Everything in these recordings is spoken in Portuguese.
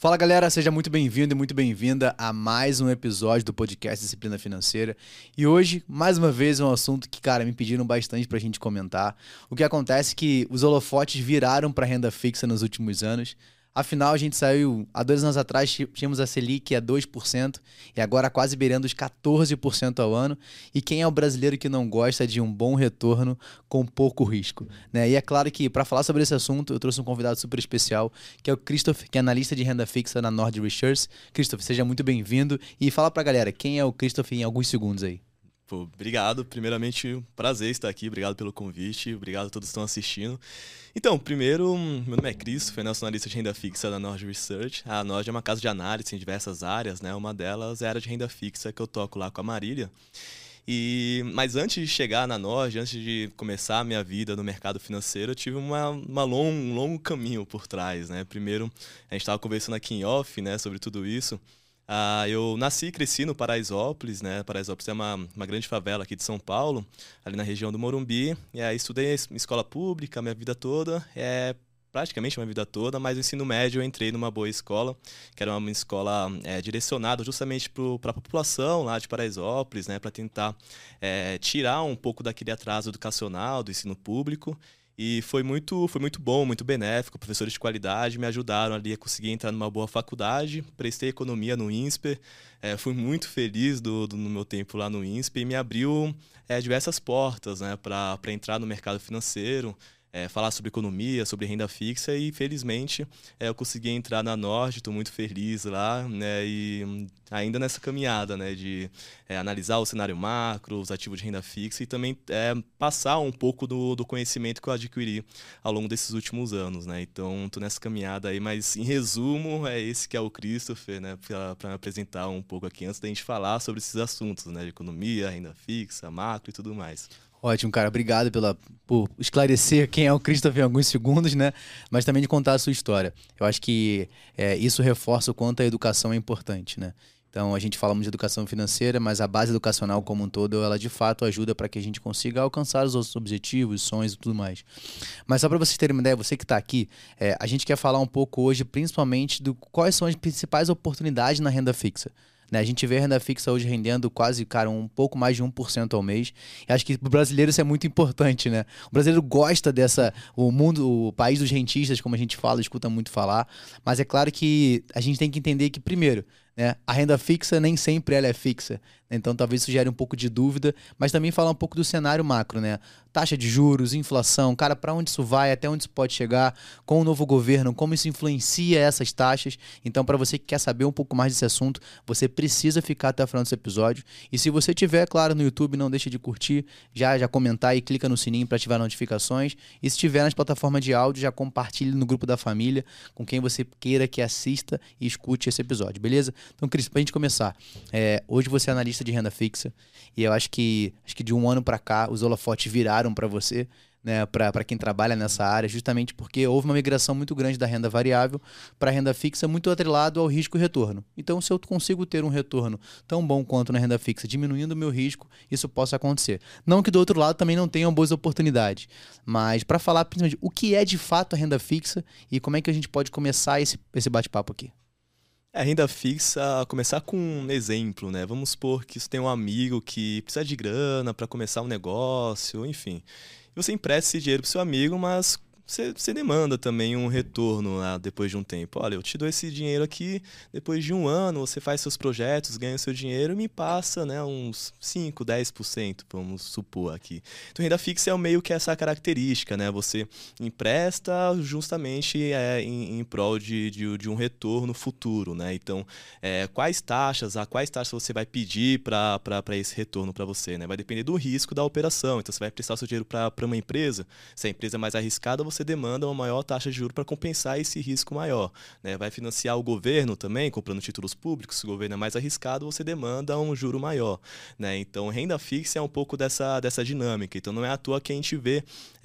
Fala galera, seja muito bem-vindo e muito bem-vinda a mais um episódio do podcast Disciplina Financeira. E hoje, mais uma vez, é um assunto que, cara, me pediram bastante pra gente comentar. O que acontece é que os holofotes viraram pra renda fixa nos últimos anos. Afinal, a gente saiu, há 2 anos atrás, tínhamos a Selic a 2% e agora quase beirando os 14% ao ano. E quem é o brasileiro que não gosta de um bom retorno com pouco risco, né? E é claro que, para falar sobre esse assunto, eu trouxe um convidado super especial, que é o Christoph, que é analista de renda fixa na Nord Research. Christoph, seja muito bem-vindo e fala pra galera quem é o Christoph em alguns segundos aí. Pô, obrigado. Primeiramente, um prazer estar aqui. Obrigado pelo convite. Obrigado a todos que estão assistindo. Então, primeiro, meu nome é Christopher, sou analista de renda fixa da Nord Research. A Nord é uma casa de análise em diversas áreas, né? Uma delas é a área de renda fixa que eu toco lá com a Marília. Mas antes de chegar na Nord, antes de começar a minha vida no mercado financeiro, eu tive um longo caminho por trás, né? Primeiro, a gente estava conversando aqui em off, né, sobre tudo isso. Eu nasci e cresci no Paraisópolis, né? Paraisópolis é uma grande favela aqui de São Paulo, ali na região do Morumbi. E aí estudei em escola pública a minha vida toda, praticamente a minha vida toda, mas no ensino médio eu entrei numa boa escola, que era uma escola direcionada justamente para a população lá de Paraisópolis, né? Para tentar tirar um pouco daquele atraso educacional do ensino público. E foi muito bom, muito benéfico. Professores de qualidade me ajudaram ali a conseguir entrar numa boa faculdade. Prestei economia no INSPER. Fui muito feliz no meu tempo lá no INSPER e me abriu diversas portas, né, para entrar no mercado financeiro. Falar sobre economia, sobre renda fixa e, felizmente, eu consegui entrar na Nord, estou muito feliz lá, né, e ainda nessa caminhada, né, de analisar o cenário macro, os ativos de renda fixa e também passar um pouco do conhecimento que eu adquiri ao longo desses últimos anos, né, então estou nessa caminhada aí, mas em resumo, é esse que é o Christopher, né, para me apresentar um pouco aqui antes da gente falar sobre esses assuntos, né, de economia, renda fixa, macro e tudo mais. Ótimo, cara. Obrigado por esclarecer quem é o Christoph em alguns segundos, né? Mas também de contar a sua história. Eu acho que isso reforça o quanto a educação é importante, né? Então, a gente fala muito de educação financeira, mas a base educacional como um todo, ela de fato ajuda para que a gente consiga alcançar os nossos objetivos, sonhos e tudo mais. Mas só para vocês terem uma ideia, você que está aqui, a gente quer falar um pouco hoje, principalmente, do quais são as principais oportunidades na renda fixa. A gente vê a renda fixa hoje rendendo quase, cara, um pouco mais de 1% ao mês. E acho que para o brasileiro isso é muito importante, né? O brasileiro gosta o país dos rentistas, como a gente fala, escuta muito falar. Mas é claro que a gente tem que entender que, primeiro, né, a renda fixa nem sempre ela é fixa. Então talvez isso gere um pouco de dúvida, mas também falar um pouco do cenário macro, né? Taxa de juros, inflação, cara, para onde isso vai, até onde isso pode chegar, com o novo governo, como isso influencia essas taxas. Então, para você que quer saber um pouco mais desse assunto, você precisa ficar até o final desse episódio. E se você tiver, claro, no YouTube, não deixe de curtir, já comentar e clica no sininho para ativar notificações. E se estiver nas plataformas de áudio, já compartilhe no grupo da família, com quem você queira que assista e escute esse episódio, beleza? Então, Cris, pra gente começar, hoje você é analista de renda fixa e eu acho que de um ano para cá os holofotes viraram para você, né, para quem trabalha nessa área, justamente porque houve uma migração muito grande da renda variável para a renda fixa, muito atrelado ao risco e retorno. Então, se eu consigo ter um retorno tão bom quanto na renda fixa, diminuindo o meu risco, isso possa acontecer. Não que do outro lado também não tenham boas oportunidades, mas para falar principalmente o que é de fato a renda fixa e como é que a gente pode começar esse bate-papo aqui. Renda fixa, começar com um exemplo, né? Vamos supor que você tem um amigo que precisa de grana para começar um negócio, enfim. E você empresta esse dinheiro para seu amigo, mas você demanda também um retorno, né, depois de um tempo. Olha, eu te dou esse dinheiro aqui, depois de um ano você faz seus projetos, ganha seu dinheiro e me passa, né, uns 5, 10%, vamos supor aqui. Então, renda fixa é meio que essa característica, né? Você empresta justamente em prol de um retorno futuro, né? Então, a quais taxas você vai pedir para esse retorno para você, né? Vai depender do risco da operação. Então, você vai prestar o seu dinheiro para uma empresa, se a empresa é mais arriscada, você demanda uma maior taxa de juros para compensar esse risco maior, né? Vai financiar o governo também, comprando títulos públicos. Se o governo é mais arriscado, você demanda um juro maior, né? Então, renda fixa é um pouco dessa dinâmica. Então, não é à toa que a gente vê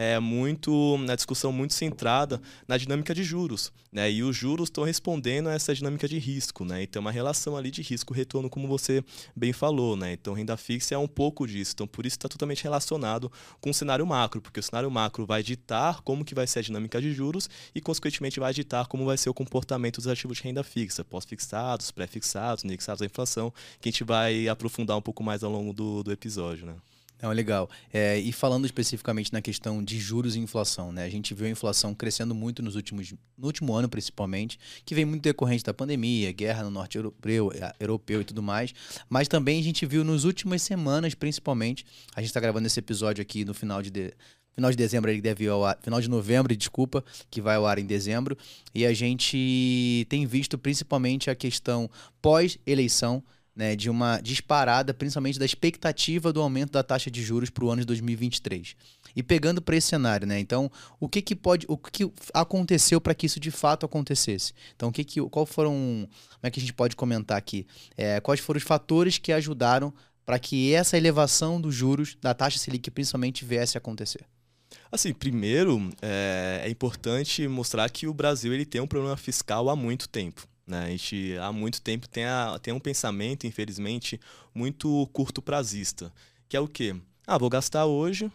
na discussão muito centrada na dinâmica de juros, né? E os juros estão respondendo a essa dinâmica de risco, né? Então, uma relação ali de risco-retorno, como você bem falou, né? Então, renda fixa é um pouco disso. Então, por isso está totalmente relacionado com o cenário macro, porque o cenário macro vai ditar como que vai ser a dinâmica de juros e, consequentemente, vai ditar como vai ser o comportamento dos ativos de renda fixa, pós-fixados, pré-fixados, indexados à inflação, que a gente vai aprofundar um pouco mais ao longo do episódio, né? Não, legal. E falando especificamente na questão de juros e inflação, né? A gente viu a inflação crescendo muito no último ano, principalmente, que vem muito decorrente da pandemia, guerra no norte europeu e tudo mais. Mas também a gente viu nas últimas semanas, principalmente, a gente está gravando esse episódio aqui no final de dezembro, ele deve ir ao ar, final de novembro, desculpa, que vai ao ar em dezembro. E a gente tem visto principalmente a questão pós-eleição, né, de uma disparada, principalmente da expectativa do aumento da taxa de juros para o ano de 2023. E pegando para esse cenário, né? Então, o que aconteceu para que isso de fato acontecesse? Então, como é que a gente pode comentar aqui? Quais foram os fatores que ajudaram para que essa elevação dos juros, da taxa Selic principalmente, viesse a acontecer? Assim, primeiro, é importante mostrar que o Brasil ele tem um problema fiscal há muito tempo. Né? A gente, há muito tempo, tem um pensamento, infelizmente, muito curto prazista, que é o quê? Vou gastar hoje,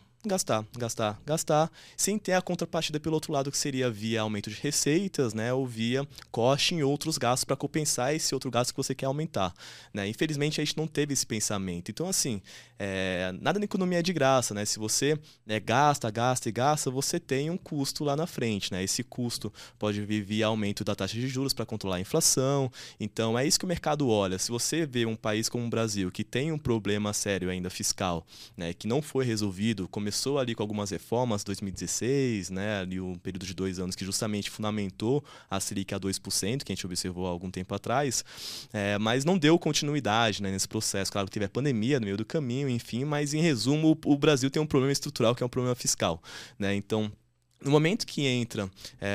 gastar, sem ter a contrapartida pelo outro lado, que seria via aumento de receitas, né, ou via corte em outros gastos para compensar esse outro gasto que você quer aumentar. Né? Infelizmente, a gente não teve esse pensamento. Então, assim, nada na economia é de graça. Né? Se você gasta, você tem um custo lá na frente. Né? Esse custo pode vir via aumento da taxa de juros para controlar a inflação. Então, é isso que o mercado olha. Se você vê um país como o Brasil, que tem um problema sério ainda fiscal, né, que não foi resolvido, começou ali com algumas reformas, 2016, né, ali um período de 2 anos que justamente fundamentou a Selic a 2%, que a gente observou há algum tempo atrás, mas não deu continuidade, né, nesse processo. Claro que teve a pandemia no meio do caminho, enfim, mas em resumo, o Brasil tem um problema estrutural que é um problema fiscal. Né? Então, no momento que entra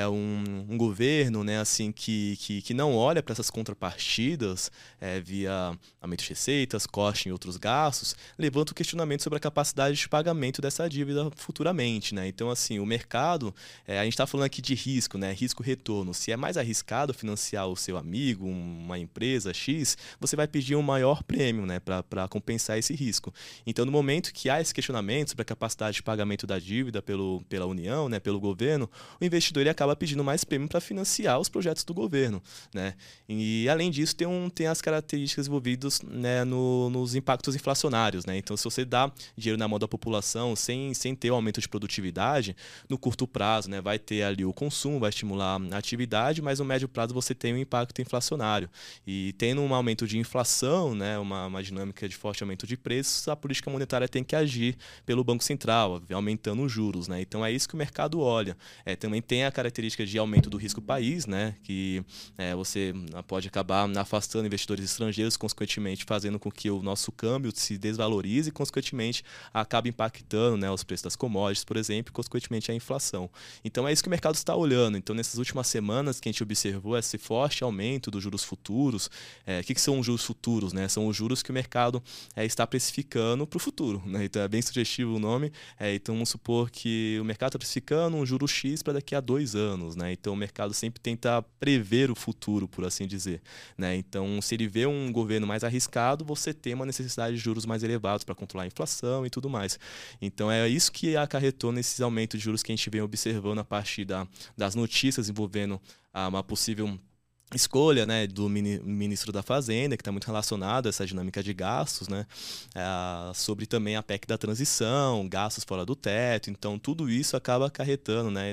um governo, né, assim, que não olha para essas contrapartidas via aumento de receitas, corte em outros gastos, levanta o questionamento sobre a capacidade de pagamento dessa dívida futuramente. Né? Então, assim, o mercado, a gente está falando aqui de risco, né, risco-retorno. Se é mais arriscado financiar o seu amigo, uma empresa X, você vai pedir um maior prêmio, né, para compensar esse risco. Então, no momento que há esse questionamento sobre a capacidade de pagamento da dívida pela União, né, pelo governo, o investidor ele acaba pedindo mais prêmio para financiar os projetos do governo. Né? E, além disso, tem as características envolvidas, né, nos impactos inflacionários. Né? Então, se você dá dinheiro na mão da população sem ter um aumento de produtividade, no curto prazo, né, vai ter ali o consumo, vai estimular a atividade, mas no médio prazo você tem um impacto inflacionário. E tendo um aumento de inflação, né, uma dinâmica de forte aumento de preços, a política monetária tem que agir pelo Banco Central, aumentando os juros. Né? Então, é isso que o mercado olha. Também tem a característica de aumento do risco país, né, que você pode acabar afastando investidores estrangeiros, consequentemente fazendo com que o nosso câmbio se desvalorize e, consequentemente, acabe impactando, né, os preços das commodities, por exemplo, e, consequentemente, a inflação. Então, é isso que o mercado está olhando. Então, nessas últimas semanas que a gente observou esse forte aumento dos juros futuros. O que são os juros futuros? Né? São os juros que o mercado está precificando para o futuro. Né? Então, é bem sugestivo o nome. Então, vamos supor que o mercado está precificando um juro X para daqui a 2 anos. Né? Então, o mercado sempre tenta prever o futuro, por assim dizer. Né? Então, se ele vê um governo mais arriscado, você tem uma necessidade de juros mais elevados para controlar a inflação e tudo mais. Então, é isso que acarretou nesses aumentos de juros que a gente vem observando a partir das notícias envolvendo uma possível escolha, né, do ministro da Fazenda, que está muito relacionado a essa dinâmica de gastos, né, sobre também a PEC da transição, gastos fora do teto. Então, tudo isso acaba acarretando, né,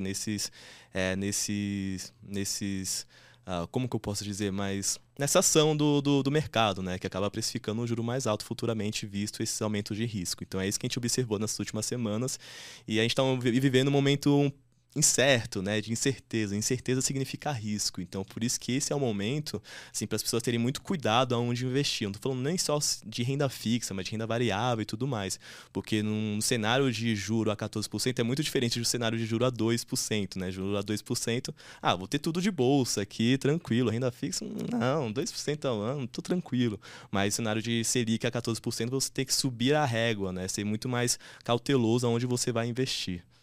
como que eu posso dizer, mas nessa ação do mercado, né, que acaba precificando um juro mais alto futuramente, visto esses aumentos de risco. Então, é isso que a gente observou nas últimas semanas, e a gente está vivendo um momento incerto, né, de incerteza. Incerteza significa risco. Então, por isso que esse é o momento, assim, para as pessoas terem muito cuidado aonde investir. Não estou falando nem só de renda fixa, mas de renda variável e tudo mais. Porque num cenário de juro a 14% é muito diferente do cenário de juro a 2%, né? Juro a 2%, vou ter tudo de bolsa aqui, tranquilo. Renda fixa, não, 2% ao ano, tô tranquilo. Mas cenário de Selic a 14%, você tem que subir a régua, né? Ser muito mais cauteloso aonde você vai investir.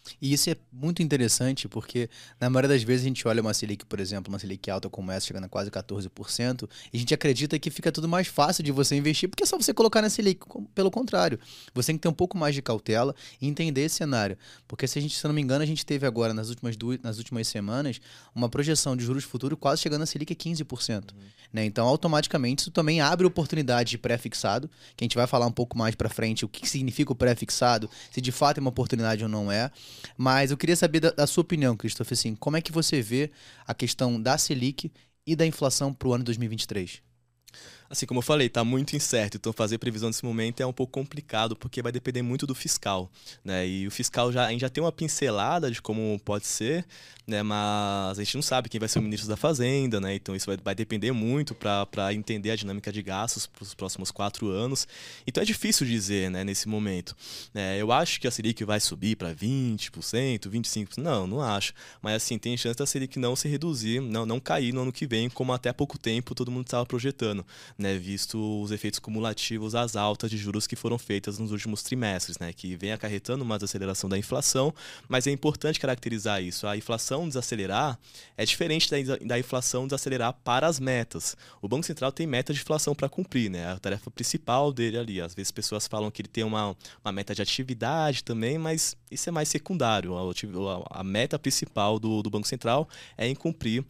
E isso é muito interessante porque, na maioria das vezes, a gente olha uma Selic, por exemplo, uma Selic alta como essa, chegando a quase 14%, e a gente acredita que fica tudo mais fácil de você investir, porque é só você colocar na Selic. Pelo contrário, você tem que ter um pouco mais de cautela e entender esse cenário. Porque, se eu não me engano, a gente teve agora, nas últimas semanas, uma projeção de juros futuros quase chegando a Selic a 15%. Né? Então, automaticamente, isso também abre oportunidade de pré-fixado, que a gente vai falar um pouco mais para frente o que significa o pré-fixado, se de fato é uma oportunidade ou não é. Mas eu queria saber da sua opinião, Christopher, assim, como é que você vê a questão da Selic e da inflação para o ano de 2023? Assim, como eu falei, está muito incerto, então fazer previsão nesse momento é um pouco complicado, porque vai depender muito do fiscal, né? E o fiscal a gente já tem uma pincelada de como pode ser, né? Mas a gente não sabe quem vai ser o ministro da Fazenda, né? Então isso vai depender muito para entender a dinâmica de gastos para os próximos 4 anos. Então é difícil dizer, né, nesse momento. Eu acho que a Selic vai subir para 20%, 25%. Não acho. Mas assim, tem chance da Selic não se reduzir, não cair no ano que vem, como até há pouco tempo todo mundo estava projetando. Né, visto os efeitos cumulativos às altas de juros que foram feitas nos últimos trimestres, né, que vem acarretando uma desaceleração da inflação, mas é importante caracterizar isso. A inflação desacelerar é diferente da inflação desacelerar para as metas. O Banco Central tem meta de inflação para cumprir, né, a tarefa principal dele ali. Às vezes pessoas falam que ele tem uma meta de atividade também, mas isso é mais secundário. A meta principal do Banco Central é em cumprir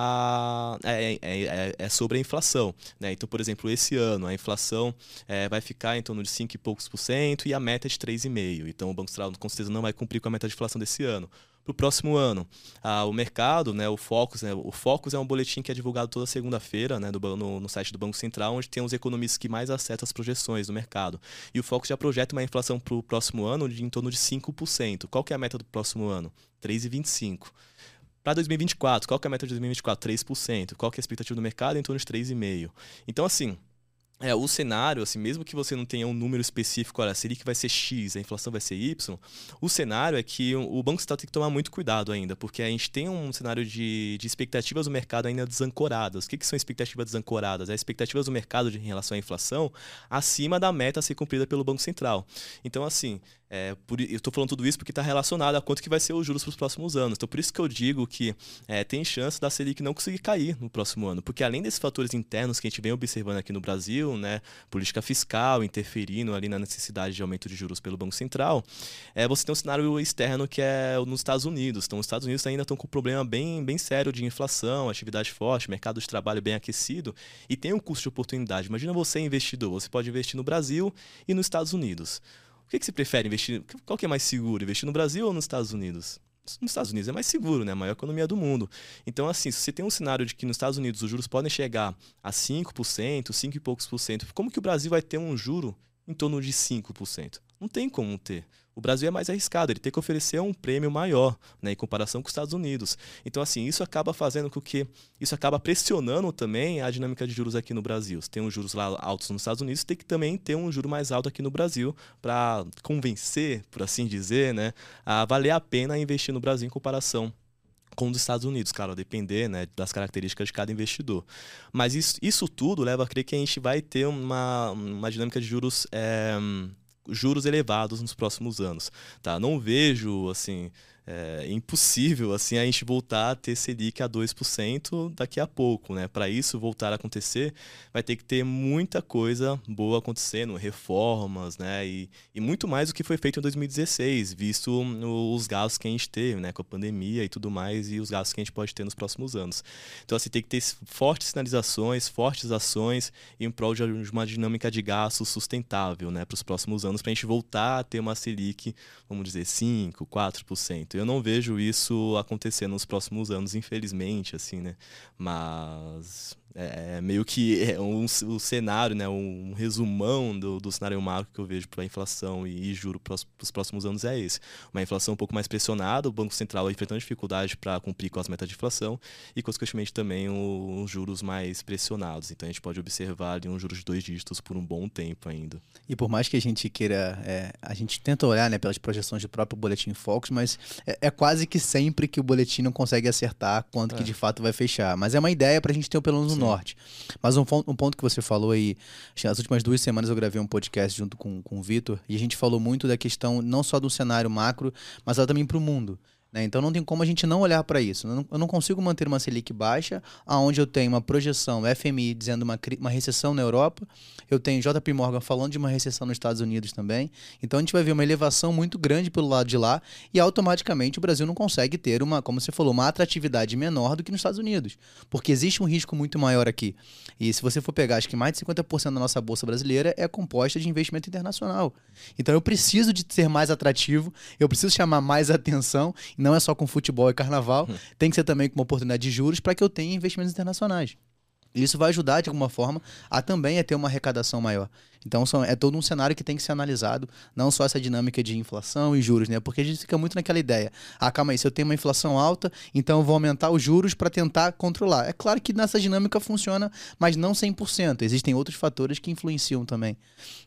é sobre a inflação, né? Então, por exemplo, esse ano a inflação vai ficar em torno de 5 e poucos por cento e a meta é de 3,5%. Então o Banco Central com certeza não vai cumprir com a meta de inflação desse ano. Para o próximo ano, o mercado, né, o Focus é um boletim que é divulgado toda segunda-feira, né, no site do Banco Central, onde tem os economistas que mais acertam as projeções do mercado. E o Focus já projeta uma inflação para o próximo ano de em torno de 5%. Qual que é a meta do próximo ano? 3,25%. Para 2024, qual que é a meta de 2024? 3%. Qual que é a expectativa do mercado? Em torno de 3,5%. Então, assim, o cenário, assim, mesmo que você não tenha um número específico, olha, a Selic vai ser X, a inflação vai ser Y, o cenário é que o Banco Central tem que tomar muito cuidado ainda, porque a gente tem um cenário de expectativas do mercado ainda desancoradas. O que são expectativas desancoradas? As expectativas do mercado em relação à inflação acima da meta a ser cumprida pelo Banco Central. Então, assim, eu estou falando tudo isso porque está relacionado a quanto que vai ser os juros para os próximos anos. Então, por isso que eu digo que tem chance da Selic não conseguir cair no próximo ano. Porque além desses fatores internos que a gente vem observando aqui no Brasil, né, política fiscal interferindo ali na necessidade de aumento de juros pelo Banco Central, você tem um cenário externo que é nos Estados Unidos. Então, os Estados Unidos ainda estão com um problema bem, bem sério de inflação, atividade forte, mercado de trabalho bem aquecido e tem um custo de oportunidade. Imagina você investidor, você pode investir no Brasil e nos Estados Unidos. O que você prefere investir? Qual que é mais seguro, investir no Brasil ou nos Estados Unidos? Nos Estados Unidos é mais seguro, né? A maior economia do mundo. Então, assim, se você tem um cenário de que nos Estados Unidos os juros podem chegar a 5%, 5 e poucos por cento, como que o Brasil vai ter um juro em torno de 5%? Não tem como ter. O Brasil é mais arriscado, ele tem que oferecer um prêmio maior, né, em comparação com os Estados Unidos. Então, assim, isso acaba fazendo com que... Isso acaba pressionando também a dinâmica de juros aqui no Brasil. Se tem uns juros lá altos nos Estados Unidos, tem que também ter um juro mais alto aqui no Brasil para convencer, por assim dizer, né, a valer a pena investir no Brasil em comparação com os Estados Unidos, claro, a depender, né, das características de cada investidor. Mas isso tudo leva a crer que a gente vai ter uma dinâmica de juros elevados nos próximos anos, tá? Não vejo, assim, impossível, assim, a gente voltar a ter Selic a 2% daqui a pouco, né? Para isso voltar a acontecer, vai ter que ter muita coisa boa acontecendo, reformas, né? E muito mais do que foi feito em 2016, visto os gastos que a gente teve, né? Com a pandemia e tudo mais, e os gastos que a gente pode ter nos próximos anos. Então, assim, tem que ter fortes sinalizações, fortes ações em prol de uma dinâmica de gasto sustentável, né? Para os próximos anos, para a gente voltar a ter uma Selic, vamos dizer, 5%, 4%. Eu não vejo isso acontecer nos próximos anos, infelizmente, assim, né? Mas meio que o cenário, né? Um resumão do cenário macro que eu vejo para a inflação e juro para os próximos anos é esse. Uma inflação um pouco mais pressionada, o Banco Central enfrentando dificuldade para cumprir com as metas de inflação e, consequentemente, também os juros mais pressionados. Então, a gente pode observar ali um juros de 2 dígitos por um bom tempo ainda. E por mais que a gente queira... a gente tenta olhar, né, pelas projeções do próprio Boletim Focus, mas é quase que sempre que o boletim não consegue acertar quanto que de fato vai fechar. Mas é uma ideia para a gente ter pelo menos um norte. Mas um ponto que você falou aí, nas últimas 2 semanas eu gravei um podcast junto com o Vitor, e a gente falou muito da questão não só do cenário macro, mas ela também para o mundo. Então não tem como a gente não olhar para isso. Eu não consigo manter uma Selic baixa, onde eu tenho uma projeção FMI dizendo uma recessão na Europa, eu tenho JP Morgan falando de uma recessão nos Estados Unidos também. Então a gente vai ver uma elevação muito grande pelo lado de lá e automaticamente o Brasil não consegue ter como você falou, uma atratividade menor do que nos Estados Unidos, porque existe um risco muito maior aqui. E se você for pegar, acho que mais de 50% da nossa bolsa brasileira é composta de investimento internacional. Então eu preciso de ser mais atrativo, eu preciso chamar mais atenção. Não é só com futebol e carnaval, tem que ser também com uma oportunidade de juros para que eu tenha investimentos internacionais. E isso vai ajudar, de alguma forma, a também ter uma arrecadação maior. Então, é todo um cenário que tem que ser analisado, não só essa dinâmica de inflação e juros, né? Porque a gente fica muito naquela ideia, calma aí, se eu tenho uma inflação alta, então eu vou aumentar os juros para tentar controlar. É claro que nessa dinâmica funciona, mas não 100%. Existem outros fatores que influenciam também.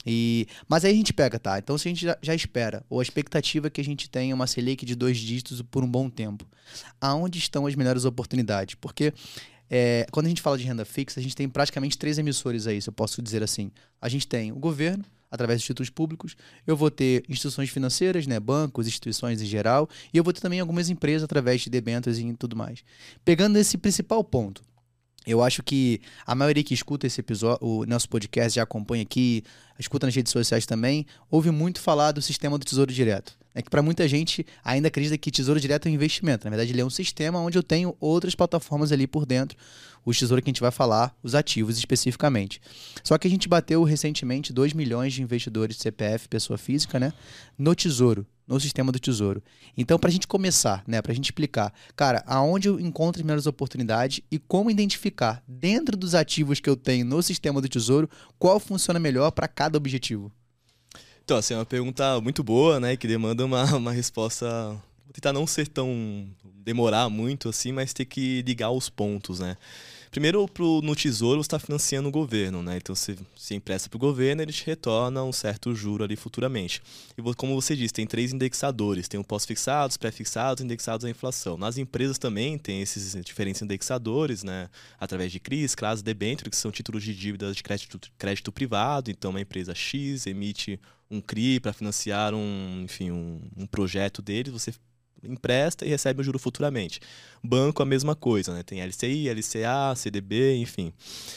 Mas aí a gente pega, tá? Então, se a gente já espera, ou a expectativa é que a gente tenha uma Selic de 2 dígitos por um bom tempo, aonde estão as melhores oportunidades? Porque quando a gente fala de renda fixa, a gente tem praticamente 3 emissores aí, se eu posso dizer assim. A gente tem o governo, através dos títulos públicos, eu vou ter instituições financeiras, né, bancos, instituições em geral, e eu vou ter também algumas empresas através de debêntures e tudo mais. Pegando esse principal ponto, eu acho que a maioria que escuta esse episódio, o nosso podcast, já acompanha aqui, escuta nas redes sociais também, ouve muito falar do sistema do Tesouro Direto. É que para muita gente ainda acredita que Tesouro Direto é um investimento. Na verdade, ele é um sistema onde eu tenho outras plataformas ali por dentro, os tesouros que a gente vai falar, os ativos especificamente. Só que a gente bateu recentemente 2 milhões de investidores de CPF, pessoa física, né, no Tesouro, no sistema do Tesouro. Então, para a gente começar, né, para a gente explicar, cara, aonde eu encontro as melhores oportunidades e como identificar dentro dos ativos que eu tenho no sistema do Tesouro, qual funciona melhor para cada objetivo. Então, assim, é uma pergunta muito boa, né, que demanda uma resposta. Vou tentar não ser tão. Demorar muito assim, mas ter que ligar os pontos, né? Primeiro, no Tesouro, você está financiando o governo, né? Então, você empresta para o governo, ele te retorna um certo juro ali futuramente. E como você disse, tem 3 indexadores. Tem o pós-fixados, pré-fixados, indexados à inflação. Nas empresas também tem esses diferentes indexadores, né? Através de CRIs, CRAS, debênture, que são títulos de dívidas de crédito privado. Então, uma empresa X emite um CRI para financiar um projeto deles, você empresta e recebe o juro futuramente. Banco, a mesma coisa, né? Tem LCI, LCA, CDB, enfim.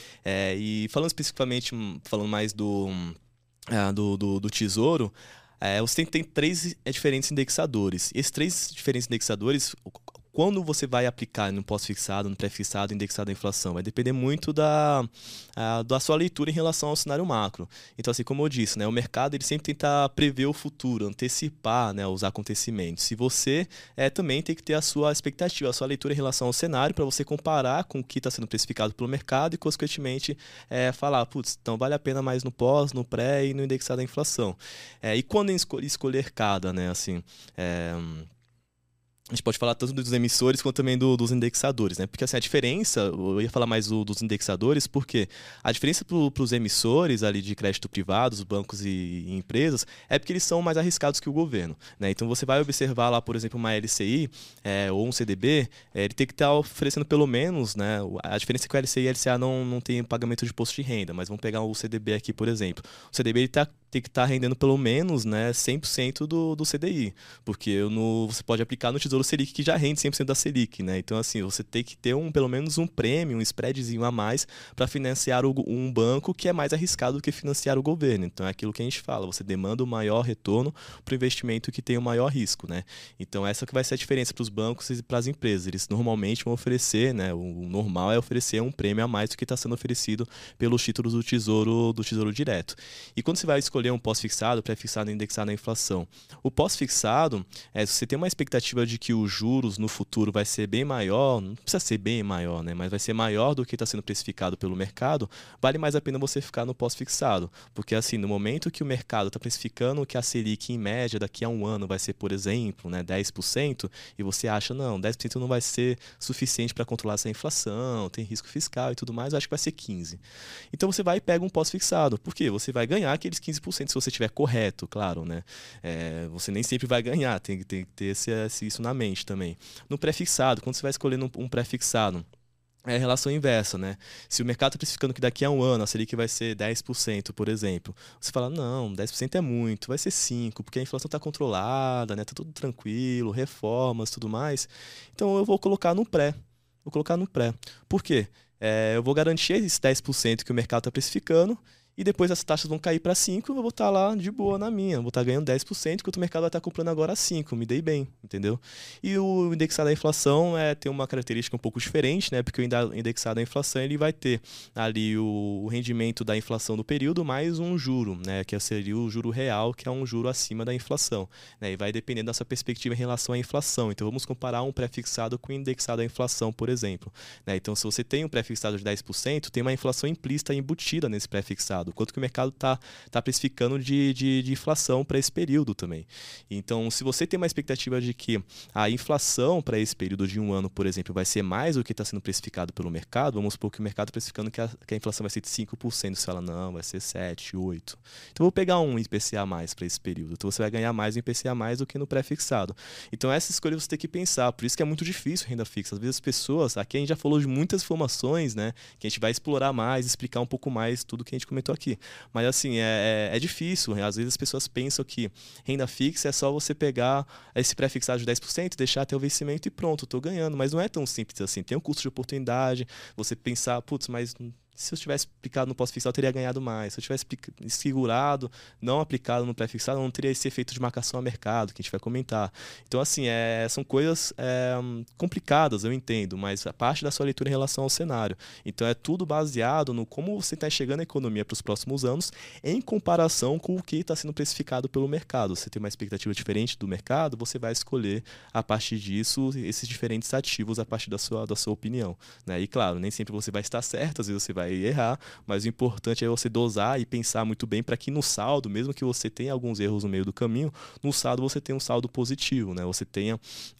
E falando especificamente, falando mais do Tesouro, você tem 3 diferentes indexadores. Esses 3 diferentes indexadores, quando você vai aplicar no pós-fixado, no pré-fixado, indexado à inflação, vai depender muito da sua leitura em relação ao cenário macro. Então, assim, como eu disse, né, o mercado ele sempre tenta prever o futuro, antecipar, né, os acontecimentos. E você também tem que ter a sua expectativa, a sua leitura em relação ao cenário para você comparar com o que está sendo precificado pelo mercado e, consequentemente, falar, putz, então vale a pena mais no pós, no pré e no indexado à inflação. E quando escolher cada, né, assim... A gente pode falar tanto dos emissores quanto também dos indexadores, né? Porque assim, a diferença, eu ia falar mais dos indexadores, porque a diferença para os emissores ali de crédito privado, os bancos e empresas, é porque eles são mais arriscados que o governo, né? Então você vai observar lá, por exemplo, uma LCI ou um CDB, ele tem que estar oferecendo pelo menos, né? A diferença é que o LCI e o LCA não tem pagamento de imposto de renda, mas vamos pegar o CDB aqui, por exemplo. O CDB ele tem que estar rendendo pelo menos, né, 100% do CDI, porque você pode aplicar no Tesouro Selic que já rende 100% da Selic, né? Então, assim, você tem que ter pelo menos um prêmio, um spreadzinho a mais para financiar um banco que é mais arriscado do que financiar o governo. Então, é aquilo que a gente fala, você demanda o maior retorno para o investimento que tem o maior risco, né? Então, essa que vai ser a diferença para os bancos e para as empresas. Eles normalmente vão oferecer, né, o normal é oferecer um prêmio a mais do que está sendo oferecido pelos títulos do Tesouro Direto. E quando você vai escolher um pós-fixado, pré-fixado e indexado na inflação. O pós-fixado, se você tem uma expectativa de que os juros no futuro vai ser bem maior, não precisa ser bem maior, né? Mas vai ser maior do que está sendo precificado pelo mercado, vale mais a pena você ficar no pós-fixado. Porque assim, no momento que o mercado está precificando que a Selic em média daqui a um ano vai ser, por exemplo, né, 10%, e você acha, não, 10% não vai ser suficiente para controlar essa inflação, tem risco fiscal e tudo mais, eu acho que vai ser 15%. Então você vai e pega um pós-fixado. Por quê? Você vai ganhar aqueles 15% se você estiver correto, claro, né? Você nem sempre vai ganhar, tem que ter isso na mente também. No pré-fixado, quando você vai escolher um pré-fixado, é a relação inversa, né? Se o mercado está precificando que daqui a um ano a Selic vai ser 10%, por exemplo, você fala, não, 10% é muito, vai ser 5%, porque a inflação está controlada, né? Tá tudo tranquilo, reformas, tudo mais. Então eu vou colocar no pré. Vou colocar no pré. Por quê? Eu vou garantir esses 10% que o mercado está precificando, e depois as taxas vão cair para 5%, eu vou estar lá de boa na minha. Eu vou estar ganhando 10%, enquanto o mercado vai estar comprando agora 5%. Me dei bem, entendeu? E o indexado à inflação tem uma característica um pouco diferente, né? Porque o indexado à inflação ele vai ter ali o rendimento da inflação do período mais um juro, né? Que seria o juro real, que é um juro acima da inflação, né? E vai depender da sua perspectiva em relação à inflação. Então vamos comparar um pré-fixado com o indexado à inflação, por exemplo, né? Então se você tem um pré-fixado de 10%, tem uma inflação implícita embutida nesse pré-fixado. Quanto que o mercado está precificando de inflação para esse período também. Então, se você tem uma expectativa de que a inflação para esse período de um ano, por exemplo, vai ser mais do que está sendo precificado pelo mercado, vamos supor que o mercado está precificando que a inflação vai ser de 5%, você fala, não, vai ser 7%, 8%. Então, eu vou pegar um IPCA mais para esse período. Então, você vai ganhar mais no IPCA mais do que no pré-fixado. Então, essa escolha você tem que pensar. Por isso que é muito difícil renda fixa. Às vezes, as pessoas, aqui a gente já falou de muitas informações, né, que a gente vai explorar mais, explicar um pouco mais tudo que a gente comentou aqui. Mas assim, é difícil. Às vezes as pessoas pensam que renda fixa é só você pegar esse pré-fixado de 10%, deixar até o vencimento e pronto, estou ganhando. Mas não é tão simples assim. Tem um custo de oportunidade, você pensar, putz, mas se eu tivesse aplicado no pós-fixado, eu teria ganhado mais. Se eu tivesse segurado, não aplicado no pré-fixado, eu não teria esse efeito de marcação a mercado, que a gente vai comentar. Então, assim, são coisas complicadas, eu entendo, mas a parte da sua leitura em relação ao cenário. Então, é tudo baseado no como você está enxergando a economia para os próximos anos, em comparação com o que está sendo precificado pelo mercado. Você tem uma expectativa diferente do mercado, você vai escolher, a partir disso, esses diferentes ativos a partir da sua opinião, né? E, claro, nem sempre você vai estar certo, às vezes você vai errar, mas o importante é você dosar e pensar muito bem para que no saldo, mesmo que você tenha alguns erros no meio do caminho, no saldo você tenha um saldo positivo, né? Você tenha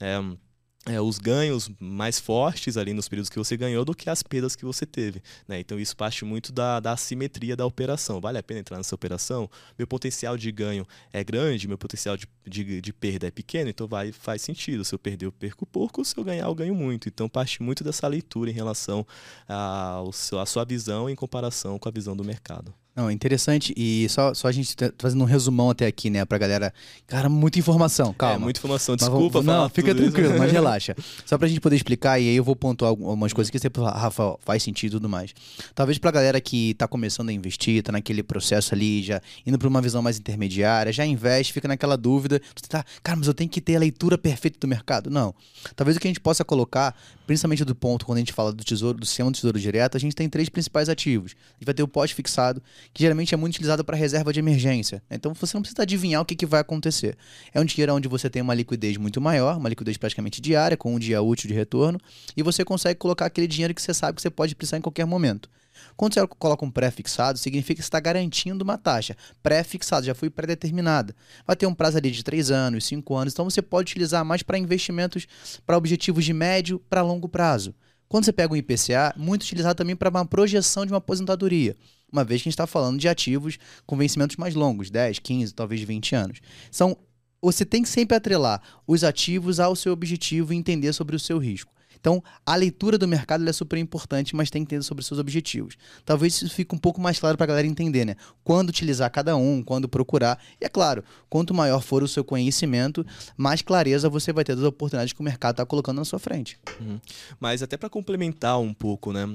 os ganhos mais fortes ali nos períodos que você ganhou do que as perdas que você teve, né? Então isso parte muito da assimetria da operação. Vale a pena entrar nessa operação? Meu potencial de ganho é grande, meu potencial de perda é pequeno, então faz sentido. Se eu perder, eu perco pouco, se eu ganhar, eu ganho muito. Então parte muito dessa leitura em relação à sua visão em comparação com a visão do mercado. Não, interessante. E só a gente tá fazendo um resumão até aqui, né, pra galera. Cara, muita informação, calma. Muita informação, desculpa. Não, fica tranquilo, mas relaxa. Só pra gente poder explicar, e aí eu vou pontuar algumas coisas que você fala, Rafa, faz sentido e tudo mais. Talvez pra galera que tá começando a investir, tá naquele processo ali, já indo pra uma visão mais intermediária, já investe, fica naquela dúvida, você tá, cara, mas eu tenho que ter a leitura perfeita do mercado. Não. Talvez o que a gente possa colocar, principalmente do ponto, quando a gente fala do sistema do tesouro direto, a gente tem 3 principais ativos. A gente vai ter o pós-fixado, que geralmente é muito utilizado para reserva de emergência. Então você não precisa adivinhar o que vai acontecer. É um dinheiro onde você tem uma liquidez muito maior, uma liquidez praticamente diária, com um dia útil de retorno, e você consegue colocar aquele dinheiro que você sabe que você pode precisar em qualquer momento. Quando você coloca um pré-fixado, significa que você está garantindo uma taxa. Pré-fixado, já foi pré-determinada. Vai ter um prazo ali de 3 anos, 5 anos, então você pode utilizar mais para investimentos, para objetivos de médio para longo prazo. Quando você pega um IPCA, muito utilizado também para uma projeção de uma aposentadoria. Uma vez que a gente está falando de ativos com vencimentos mais longos, 10, 15, talvez 20 anos. Você tem que sempre atrelar os ativos ao seu objetivo e entender sobre o seu risco. Então, a leitura do mercado é super importante, mas tem que entender sobre os seus objetivos. Talvez isso fique um pouco mais claro para a galera entender, né? Quando utilizar cada um, quando procurar. E é claro, quanto maior for o seu conhecimento, mais clareza você vai ter das oportunidades que o mercado está colocando na sua frente. Mas até para complementar um pouco, né?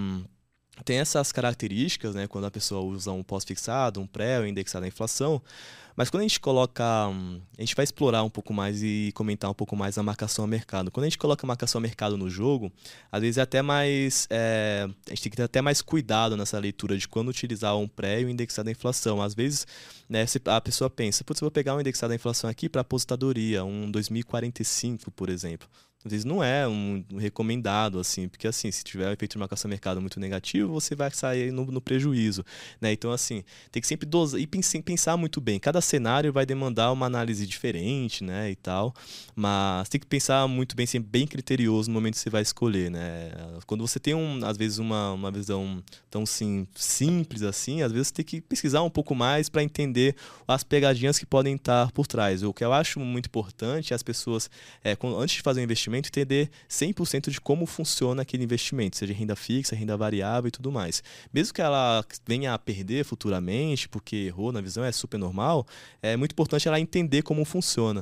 Tem essas características, né, quando a pessoa usa um pós-fixado, um pré ou indexado à inflação, mas quando a gente coloca, a gente vai explorar um pouco mais e comentar um pouco mais a marcação a mercado. Quando a gente coloca a marcação a mercado no jogo, às vezes é até mais, a gente tem que ter até mais cuidado nessa leitura de quando utilizar um pré e um indexado à inflação. Às vezes, né, a pessoa pensa, putz, eu vou pegar um indexado à inflação aqui para aposentadoria, um 2045, por exemplo. Às vezes não é um recomendado, assim, porque assim, se tiver um efeito de marcação a mercado muito negativo, você vai sair no prejuízo, né? Então, assim, tem que sempre dosar e pensar muito bem. Cada cenário vai demandar uma análise diferente, né, e tal, mas tem que pensar muito bem, ser bem criterioso no momento que você vai escolher, né? Quando você tem, às vezes, uma visão tão simples assim, às vezes você tem que pesquisar um pouco mais para entender as pegadinhas que podem estar por trás. O que eu acho muito importante é as pessoas, antes de fazer um investimento, investimento, entender 100% de como funciona aquele investimento, seja renda fixa, renda variável e tudo mais. Mesmo que ela venha a perder futuramente, porque errou na visão, é super normal, é muito importante ela entender como funciona.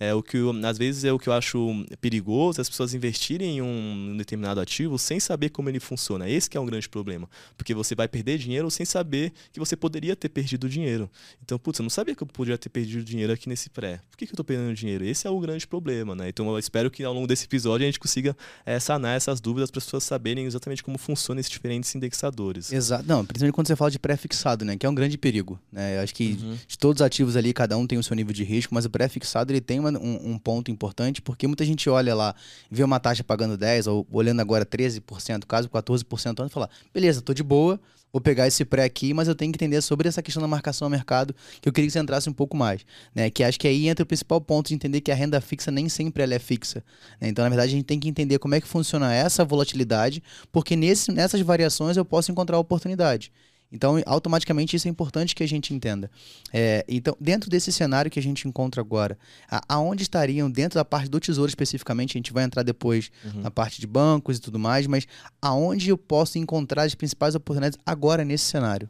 Às vezes é o que eu acho perigoso, as pessoas investirem em um determinado ativo sem saber como ele funciona. Esse que é um grande problema, porque você vai perder dinheiro sem saber que você poderia ter perdido dinheiro. Então, putz, eu não sabia que eu podia ter perdido dinheiro aqui nesse pré. Por que eu estou perdendo dinheiro? Esse é o grande problema, né? Então, eu espero que ao longo desse episódio a gente consiga sanar essas dúvidas para as pessoas saberem exatamente como funcionam esses diferentes indexadores. Exato. Não, principalmente quando você fala de pré-fixado, né? Que é um grande perigo, né? Eu acho que de todos os ativos ali, cada um tem o seu nível de risco, mas o pré-fixado ele tem um ponto importante, porque muita gente olha lá, vê uma taxa pagando 10, ou olhando agora 13%, caso 14% ano, e fala, beleza, tô de boa, vou pegar esse pré aqui, mas eu tenho que entender sobre essa questão da marcação ao mercado, que eu queria que você entrasse um pouco mais, né? Que acho que aí entra o principal ponto de entender que a renda fixa nem sempre ela é fixa, né? Então, na verdade, a gente tem que entender como é que funciona essa volatilidade, porque nessas variações eu posso encontrar oportunidade. Então, automaticamente, isso é importante que a gente entenda. Então, dentro desse cenário que a gente encontra agora, aonde estariam, dentro da parte do Tesouro especificamente, a gente vai entrar depois na parte de bancos e tudo mais, mas aonde eu posso encontrar as principais oportunidades agora nesse cenário?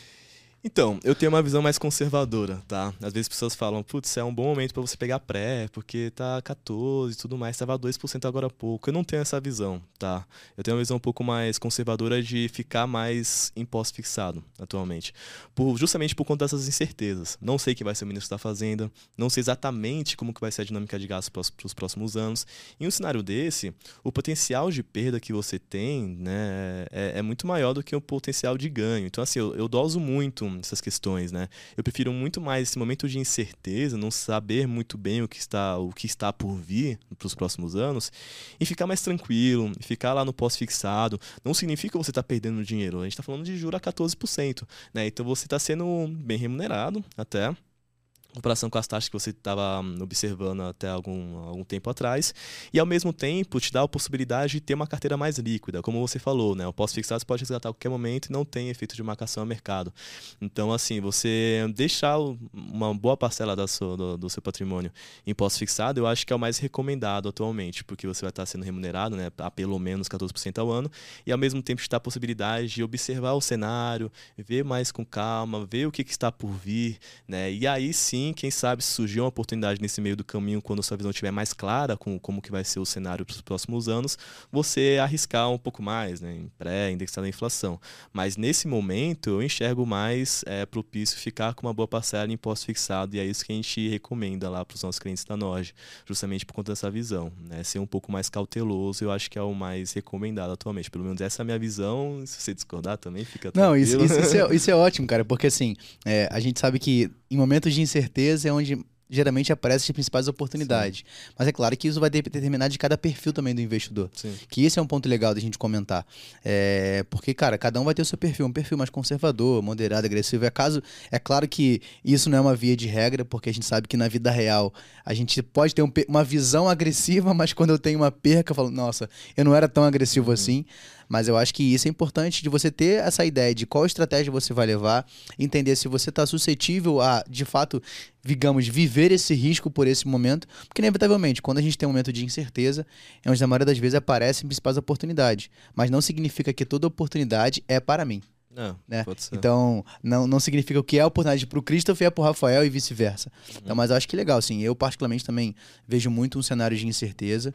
Então, eu tenho uma visão mais conservadora, tá? Às vezes as pessoas falam, putz, é um bom momento para você pegar pré, porque tá 14 e tudo mais, estava 2% agora há pouco. Eu não tenho essa visão, tá? Eu tenho uma visão um pouco mais conservadora de ficar mais em pós-fixado atualmente. Justamente por conta dessas incertezas. Não sei quem vai ser o ministro da Fazenda, não sei exatamente como que vai ser a dinâmica de gasto para os próximos anos. Em um cenário desse, o potencial de perda que você tem, né, é muito maior do que o potencial de ganho. Então, assim, eu doso muito essas questões, né? Eu prefiro muito mais esse momento de incerteza, não saber muito bem o que está por vir para os próximos anos, e ficar mais tranquilo, ficar lá no pós-fixado. Não significa que você está perdendo dinheiro, a gente está falando de juros a 14%, né? Então você está sendo bem remunerado até, em comparação com as taxas que você estava observando até algum tempo atrás, e ao mesmo tempo te dá a possibilidade de ter uma carteira mais líquida, como você falou, né? O pós-fixado você pode resgatar a qualquer momento e não tem efeito de marcação a mercado. Então, assim, você deixar uma boa parcela do seu patrimônio em pós-fixado, eu acho que é o mais recomendado atualmente, porque você vai estar sendo remunerado, né, a pelo menos 14% ao ano, e ao mesmo tempo te dá a possibilidade de observar o cenário, ver mais com calma, ver o que está por vir, né? E aí sim, quem sabe se surgir uma oportunidade nesse meio do caminho, quando a sua visão estiver mais clara com como que vai ser o cenário para os próximos anos, você arriscar um pouco mais, né, em pré-indexado à inflação. Mas nesse momento eu enxergo mais propício ficar com uma boa parcela em pós-fixado, e é isso que a gente recomenda lá para os nossos clientes da Norge, justamente por conta dessa visão, né? Ser um pouco mais cauteloso, eu acho que é o mais recomendado atualmente. Pelo menos essa é a minha visão. Se você discordar também, fica tranquilo. Não, isso é ótimo, cara, porque assim, a gente sabe que em momentos de incerteza é onde geralmente aparecem as principais oportunidades. Sim. Mas é claro que isso vai determinar de cada perfil também do investidor. Sim. Que esse é um ponto legal da gente comentar. Porque, cara, cada um vai ter o seu perfil. Um perfil mais conservador, moderado, agressivo. É claro que isso não é uma via de regra, porque a gente sabe que na vida real a gente pode ter uma visão agressiva, mas quando eu tenho uma perca, eu falo, nossa, eu não era tão agressivo assim. Mas eu acho que isso é importante, de você ter essa ideia de qual estratégia você vai levar, entender se você está suscetível a, de fato, digamos, viver esse risco por esse momento, porque inevitavelmente, quando a gente tem um momento de incerteza, é onde na maioria das vezes aparecem principais oportunidades, mas não significa que toda oportunidade é para mim. Não, né? Pode ser. Então, não significa que é a oportunidade para o Christopher é para o Rafael e vice-versa. Então, mas eu acho que legal, sim. Eu particularmente também vejo muito um cenário de incerteza,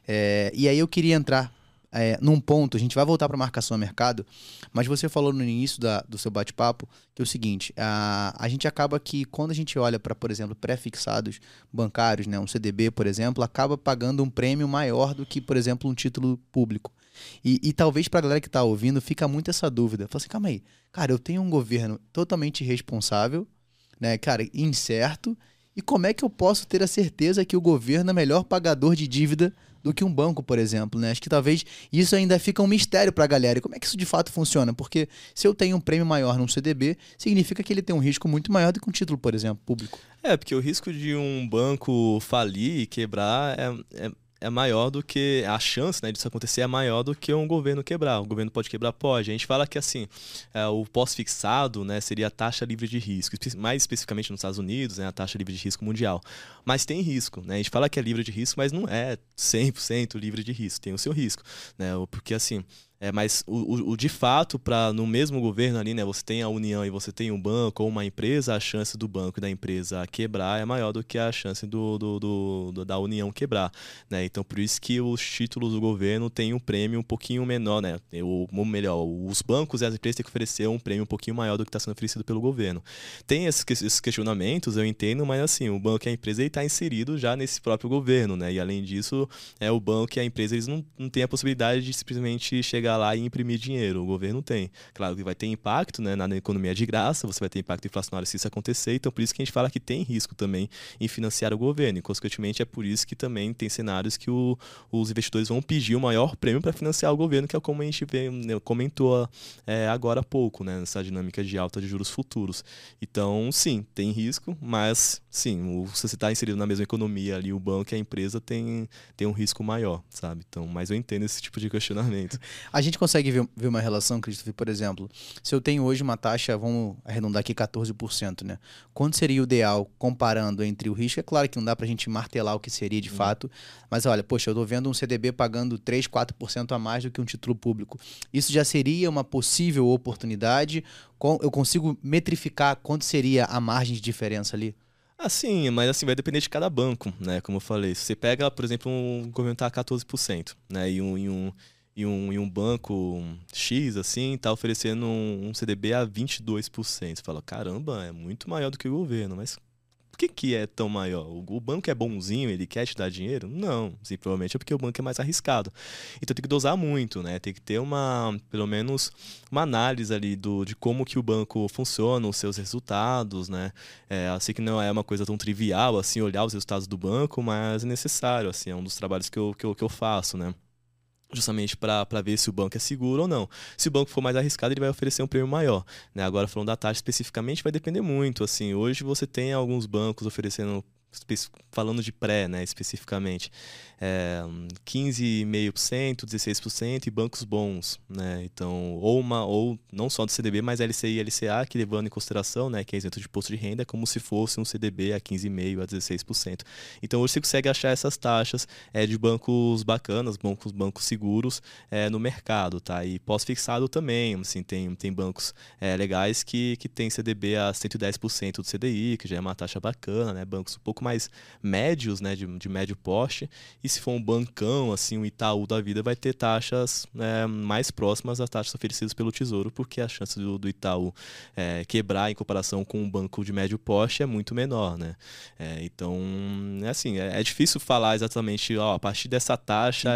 e aí eu queria entrar num ponto, a gente vai voltar para a marcação a mercado, mas você falou no início do seu bate-papo que é o seguinte, a gente acaba que quando a gente olha para, por exemplo, pré-fixados bancários, né, um CDB, por exemplo, acaba pagando um prêmio maior do que, por exemplo, um título público. E talvez para a galera que está ouvindo fica muito essa dúvida. Fala assim, calma aí, cara, eu tenho um governo totalmente irresponsável, né, cara, incerto, e como é que eu posso ter a certeza que o governo é melhor pagador de dívida do que um banco, por exemplo, né? Acho que talvez isso ainda fica um mistério para a galera. E como é que isso de fato funciona? Porque se eu tenho um prêmio maior num CDB, significa que ele tem um risco muito maior do que um título, por exemplo, público. Porque o risco de um banco falir e quebrar é é maior do que a chance, né, disso acontecer é maior do que um governo quebrar. O governo pode quebrar? Pode. A gente fala que assim, o pós-fixado, né, seria a taxa livre de risco, mais especificamente nos Estados Unidos, né, a taxa livre de risco mundial. Mas tem risco, né? A gente fala que é livre de risco, mas não é 100% livre de risco, tem o seu risco, né? Porque assim, mas de fato, para no mesmo governo ali, né, você tem a União e você tem um banco ou uma empresa, a chance do banco e da empresa quebrar é maior do que a chance da União quebrar, né? Então, por isso que os títulos do governo têm um prêmio um pouquinho menor, né? Ou melhor, os bancos e as empresas têm que oferecer um prêmio um pouquinho maior do que está sendo oferecido pelo governo. Tem esses questionamentos, eu entendo, mas assim, o banco e a empresa está inserido já nesse próprio governo, né? E além disso, o banco e a empresa eles não têm a possibilidade de simplesmente chegar lá e imprimir dinheiro. O governo tem. Claro que vai ter impacto, né, na economia de graça, você vai ter impacto inflacionário se isso acontecer, então por isso que a gente fala que tem risco também em financiar o governo. E, consequentemente, é por isso que também tem cenários que os investidores vão pedir o maior prêmio para financiar o governo, que é como a gente comentou agora há pouco, né, nessa dinâmica de alta de juros futuros. Então, sim, tem risco, mas, sim, se você está inserido na mesma economia ali, o banco e a empresa tem um risco maior, sabe? Então, mas eu entendo esse tipo de questionamento. A gente consegue ver uma relação, Christopher, por exemplo, se eu tenho hoje uma taxa, vamos arredondar aqui 14%, né? Quanto seria o ideal comparando entre o risco? É claro que não dá pra gente martelar o que seria de fato, mas olha, poxa, eu tô vendo um CDB pagando 3, 4% a mais do que um título público. Isso já seria uma possível oportunidade? Eu consigo metrificar quanto seria a margem de diferença ali? Assim, mas assim, vai depender de cada banco, né? Como eu falei, se você pega, por exemplo, um governo tá a 14%, né? E um banco X, assim, tá oferecendo um CDB a 22%. Você fala, caramba, é muito maior do que o governo, mas por que é tão maior? O banco é bonzinho, ele quer te dar dinheiro? Não, sim, provavelmente é porque o banco é mais arriscado. Então tem que dosar muito, né? Tem que ter pelo menos uma análise ali de como que o banco funciona, os seus resultados, né? Assim que não é uma coisa tão trivial, assim, olhar os resultados do banco, mas é necessário, assim, é um dos trabalhos que eu faço, né? Justamente para ver se o banco é seguro ou não. Se o banco for mais arriscado, ele vai oferecer um prêmio maior, né? Agora, falando da taxa especificamente, vai depender muito. Assim, hoje você tem alguns bancos oferecendo, falando de pré, né, especificamente, 15,5%, 16% e bancos bons, né? Então, ou não só do CDB, mas LCI e LCA, que levando em consideração, né, que é isento de imposto de renda, é como se fosse um CDB a 15,5% a 16%. Então, hoje você consegue achar essas taxas de bancos bacanas, bancos seguros no mercado, tá? E pós-fixado também, assim, tem bancos legais que tem CDB a 110% do CDI, que já é uma taxa bacana, né? Bancos um pouco mais médios, né, de médio porte, e se for um bancão, assim, um Itaú da vida, vai ter taxas mais próximas às taxas oferecidas pelo Tesouro, porque a chance do Itaú quebrar em comparação com um banco de médio porte é muito menor, né? Então, assim, é difícil falar exatamente, a partir dessa taxa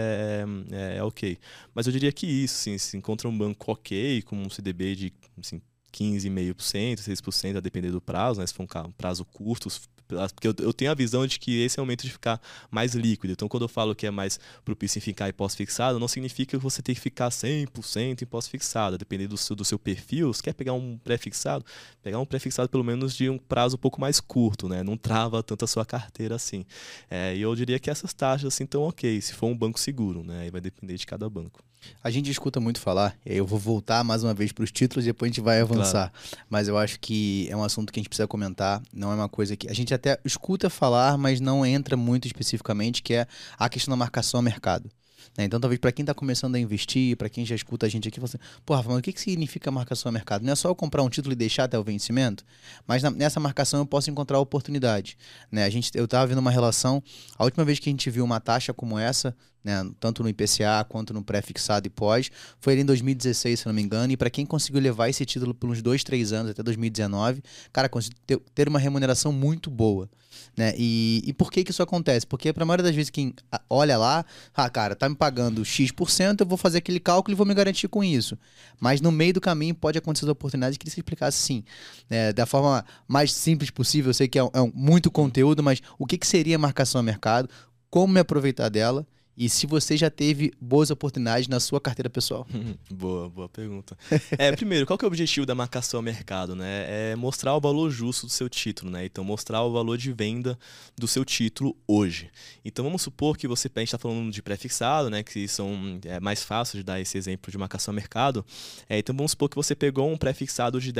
é ok. Mas eu diria que isso, sim, se encontra um banco ok, com um CDB de, assim, 15,5%, 6%, a depender do prazo, né? Se for um prazo curto, porque eu tenho a visão de que esse é o momento de ficar mais líquido. Então, quando eu falo que é mais propício em ficar em pós-fixado, não significa que você tem que ficar 100% em pós-fixado. Dependendo do seu perfil, se quer pegar um pré-fixado, pegar um pré-fixado pelo menos de um prazo um pouco mais curto, né? Não trava tanto a sua carteira assim. E eu diria que essas taxas assim estão ok, se for um banco seguro, né? Aí vai depender de cada banco. A gente escuta muito falar, e aí eu vou voltar mais uma vez para os títulos e depois a gente vai avançar. Claro. Mas eu acho que é um assunto que a gente precisa comentar, não é uma coisa que a gente até escuta falar, mas não entra muito especificamente, que é a questão da marcação ao mercado. Então, talvez para quem está começando a investir, para quem já escuta a gente aqui, fala assim, porra, mas o que significa marcação a mercado? Não é só eu comprar um título e deixar até o vencimento, mas nessa marcação eu posso encontrar oportunidade. Né? Eu estava vendo uma relação, a última vez que a gente viu uma taxa como essa, né, tanto no IPCA quanto no pré-fixado e pós, foi ali em 2016, se não me engano, e para quem conseguiu levar esse título por uns 2, 3 anos, até 2019, cara, conseguiu ter uma remuneração muito boa. Né? E por que isso acontece? Porque para a maioria das vezes quem olha lá, cara, tá me pagando X%, eu vou fazer aquele cálculo e vou me garantir com isso. Mas no meio do caminho pode acontecer a oportunidade que você explicasse assim, da forma mais simples possível. Eu sei que é muito conteúdo, mas o que seria marcação a mercado, como me aproveitar dela E se você já teve boas oportunidades na sua carteira pessoal? Boa pergunta. Primeiro, qual que é o objetivo da marcação ao mercado, né? É mostrar o valor justo do seu título, né? Então, mostrar o valor de venda do seu título hoje. Então, vamos supor que a gente está falando de pré-fixado, né? Que são mais fácil de dar esse exemplo de marcação ao mercado. Então, vamos supor que você pegou um pré-fixado de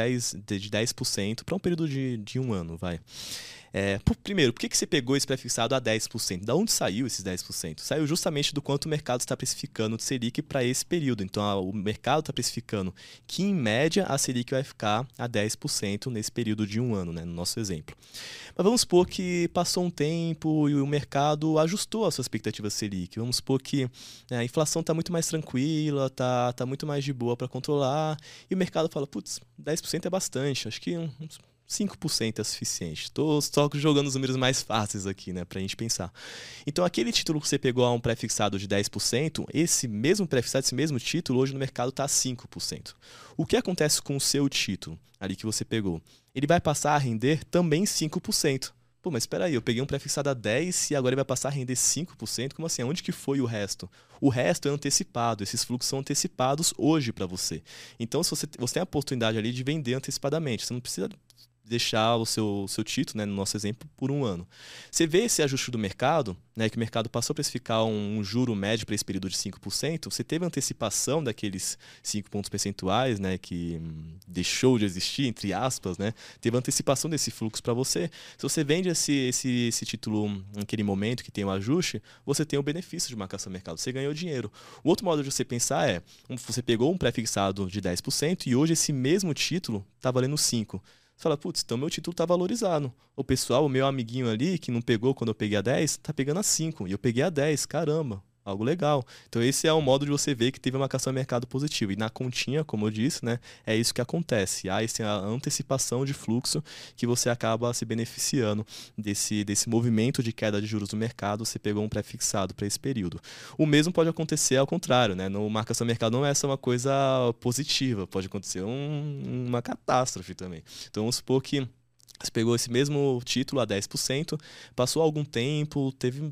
10% para um período de um ano, vai. Primeiro, por que você pegou esse pré-fixado a 10%? Da onde saiu esses 10%? Saiu justamente do quanto o mercado está precificando de Selic para esse período. Então, o mercado está precificando que, em média, a Selic vai ficar a 10% nesse período de um ano, né, no nosso exemplo. Mas vamos supor que passou um tempo e o mercado ajustou a sua expectativa Selic. Vamos supor que a inflação está muito mais tranquila, tá muito mais de boa para controlar, e o mercado fala, putz, 10% é bastante, acho que 5% é suficiente. Estou só jogando os números mais fáceis aqui, né, pra gente pensar. Então, aquele título que você pegou a um pré-fixado de 10%, esse mesmo pré-fixado, esse mesmo título, hoje no mercado está a 5%. O que acontece com o seu título, ali que você pegou? Ele vai passar a render também 5%. Pô, mas espera aí, eu peguei um pré-fixado a 10 e agora ele vai passar a render 5%? Como assim? Onde que foi o resto? O resto é antecipado, esses fluxos são antecipados hoje para você. Então, se você tem a oportunidade ali de vender antecipadamente, você não precisa deixar o seu título, né, no nosso exemplo, por um ano. Você vê esse ajuste do mercado, né, que o mercado passou a precificar um juro médio para esse período de 5%, você teve antecipação daqueles 5 pontos percentuais, né, que deixou de existir, entre aspas, né, teve antecipação desse fluxo para você. Se você vende esse título naquele momento que tem o ajuste, você tem o benefício de marcação no mercado, você ganhou dinheiro. O outro modo de você pensar é, você pegou um pré-fixado de 10% e hoje esse mesmo título está valendo 5%. Você fala, putz, então meu título está valorizado. O pessoal, o meu amiguinho ali, que não pegou quando eu peguei a 10, está pegando a 5. E eu peguei a 10, caramba, algo legal. Então esse é o modo de você ver que teve uma marcação de mercado positiva. E na continha, como eu disse, né, é isso que acontece. Há essa antecipação de fluxo que você acaba se beneficiando desse movimento de queda de juros do mercado, você pegou um pré-fixado para esse período. O mesmo pode acontecer ao contrário, né? No marcação de mercado não é só uma coisa positiva, pode acontecer uma catástrofe também. Então vamos supor que você pegou esse mesmo título a 10%, passou algum tempo, teve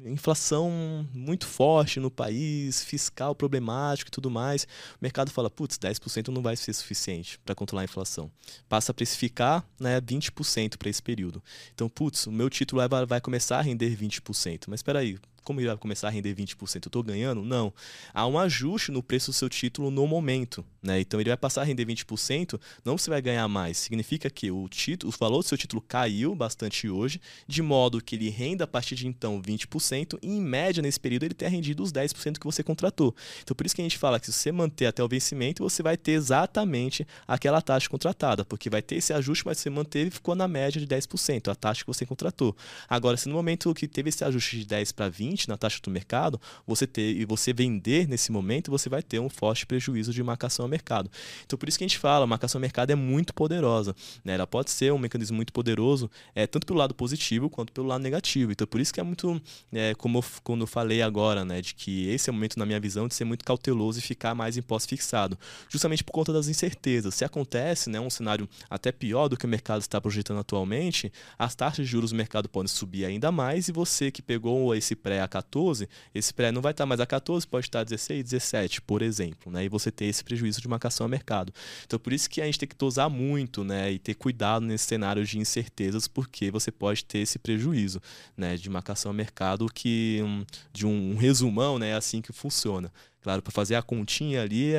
inflação muito forte no país, fiscal problemático e tudo mais. O mercado fala, putz, 10% não vai ser suficiente para controlar a inflação. Passa a precificar, né, 20% para esse período. Então, putz, o meu título vai começar a render 20%. Mas espera aí, como ele vai começar a render 20%? Eu estou ganhando? Não. Há um ajuste no preço do seu título no momento, né? Então ele vai passar a render 20%, não você vai ganhar mais. Significa que o valor do seu título caiu bastante hoje, de modo que ele renda a partir de então 20%, e em média nesse período ele tenha rendido os 10% que você contratou. Então por isso que a gente fala que se você manter até o vencimento, você vai ter exatamente aquela taxa contratada, porque vai ter esse ajuste, mas você manteve e ficou na média de 10%, a taxa que você contratou. Agora, se no momento que teve esse ajuste de 10 para 20, na taxa do mercado, você vender nesse momento, você vai ter um forte prejuízo de marcação ao mercado. Então, por isso que a gente fala, a marcação ao mercado é muito poderosa, né? Ela pode ser um mecanismo muito poderoso, tanto pelo lado positivo quanto pelo lado negativo. Então, por isso que é muito, como eu falei agora, né, de que esse é o momento, na minha visão, de ser muito cauteloso e ficar mais em pós-fixado, justamente por conta das incertezas. Se acontece, né, um cenário até pior do que o mercado está projetando atualmente, as taxas de juros do mercado podem subir ainda mais e você que pegou esse pré a 14, esse pré não vai estar mais a 14, pode estar a 16, 17, por exemplo, né? E você ter esse prejuízo de marcação ao mercado. Então, por isso que a gente tem que dosar muito, né? E ter cuidado nesse cenário de incertezas, porque você pode ter esse prejuízo, né? De marcação ao mercado de um resumão, né? É assim que funciona. Claro, para fazer a continha ali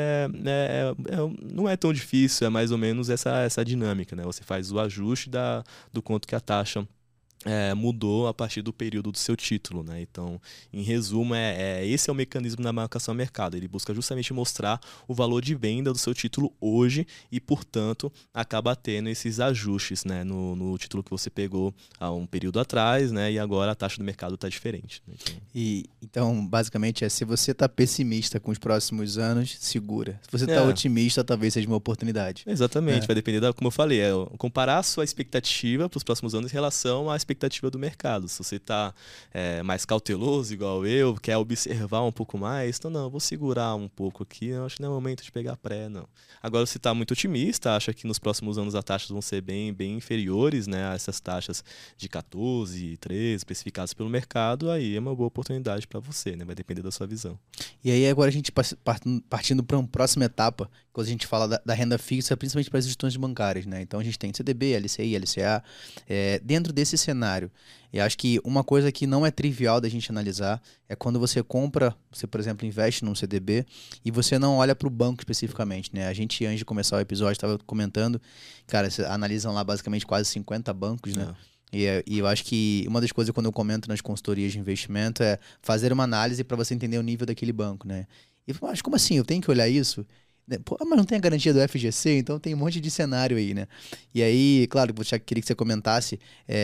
não é tão difícil, é mais ou menos essa dinâmica, né? Você faz o ajuste do quanto que a taxa mudou a partir do período do seu título, né? Então, em resumo, esse é o mecanismo da marcação ao mercado. Ele busca justamente mostrar o valor de venda do seu título hoje e, portanto, acaba tendo esses ajustes, né, no título que você pegou há um período atrás, né? E agora a taxa do mercado está diferente, né? Então, basicamente, se você está pessimista com os próximos anos, segura. Se você está otimista, talvez seja uma oportunidade. Exatamente, vai depender como eu falei, comparar a sua expectativa para os próximos anos em relação à expectativa expectativa do mercado. Se você está mais cauteloso, igual eu, quer observar um pouco mais, então não, eu vou segurar um pouco aqui, eu acho que não é momento de pegar pré, não. Agora, se está muito otimista, acha que nos próximos anos as taxas vão ser bem, bem inferiores, né, a essas taxas de 14, 13, precificadas pelo mercado, aí é uma boa oportunidade para você, né? Vai depender da sua visão. E aí agora a gente partindo para uma próxima etapa, quando a gente fala da renda fixa, principalmente para as instituições bancárias, né? Então a gente tem CDB, LCI, LCA. Dentro desse cenário, eu acho que uma coisa que não é trivial da gente analisar é quando você compra, você, por exemplo, investe num CDB e você não olha para o banco especificamente, né? A gente, antes de começar o episódio, estava comentando, cara, você analisam lá basicamente quase 50 bancos, né? E eu acho que uma das coisas quando eu comento nas consultorias de investimento é fazer uma análise para você entender o nível daquele banco, né? E eu falo, mas como assim? Eu tenho que olhar isso? Pô, mas não tem a garantia do FGC, então tem um monte de cenário aí, né? E aí, claro, eu já queria que você comentasse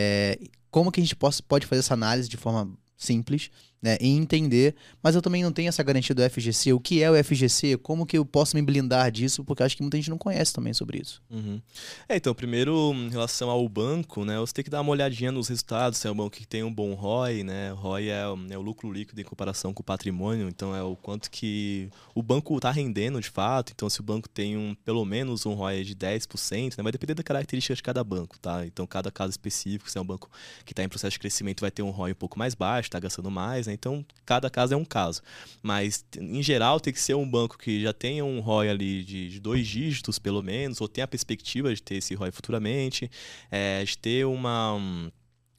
como que a gente pode fazer essa análise de forma simples, né, e entender, mas eu também não tenho essa garantia do FGC. O que é o FGC? Como que eu posso me blindar disso? Porque eu acho que muita gente não conhece também sobre isso. Uhum. Então, primeiro, em relação ao banco, né, você tem que dar uma olhadinha nos resultados, se é um banco que tem um bom ROI, né, ROI é o lucro líquido em comparação com o patrimônio, então é o quanto que o banco está rendendo de fato. Então, se o banco tem pelo menos um ROI de 10%, né, vai depender da característica de cada banco, tá? Então, cada caso específico, se é um banco que está em processo de crescimento, vai ter um ROI um pouco mais baixo, está gastando mais, né? Então, cada caso é um caso. Mas, em geral, tem que ser um banco que já tenha um ROI ali de 2 dígitos, pelo menos, ou tenha a perspectiva de ter esse ROI futuramente, de ter uma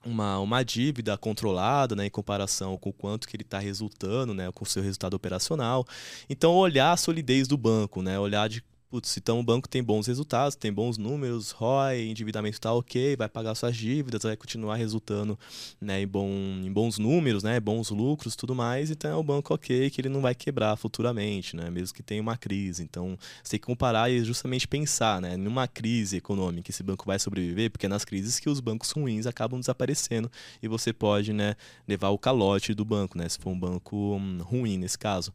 dívida controlada, né, em comparação com o quanto que ele está resultando, né, com o seu resultado operacional. Então, olhar a solidez do banco, né, olhar de putz, então o banco tem bons resultados, tem bons números, ROI, endividamento está ok, vai pagar suas dívidas, vai continuar resultando, né, em bons números, né, bons lucros, tudo mais. Então é um banco ok, que ele não vai quebrar futuramente, né, mesmo que tenha uma crise. Então você tem que comparar e justamente pensar, né, numa crise econômica, esse banco vai sobreviver, porque é nas crises que os bancos ruins acabam desaparecendo e você pode, né, levar o calote do banco, né, se for um banco ruim nesse caso.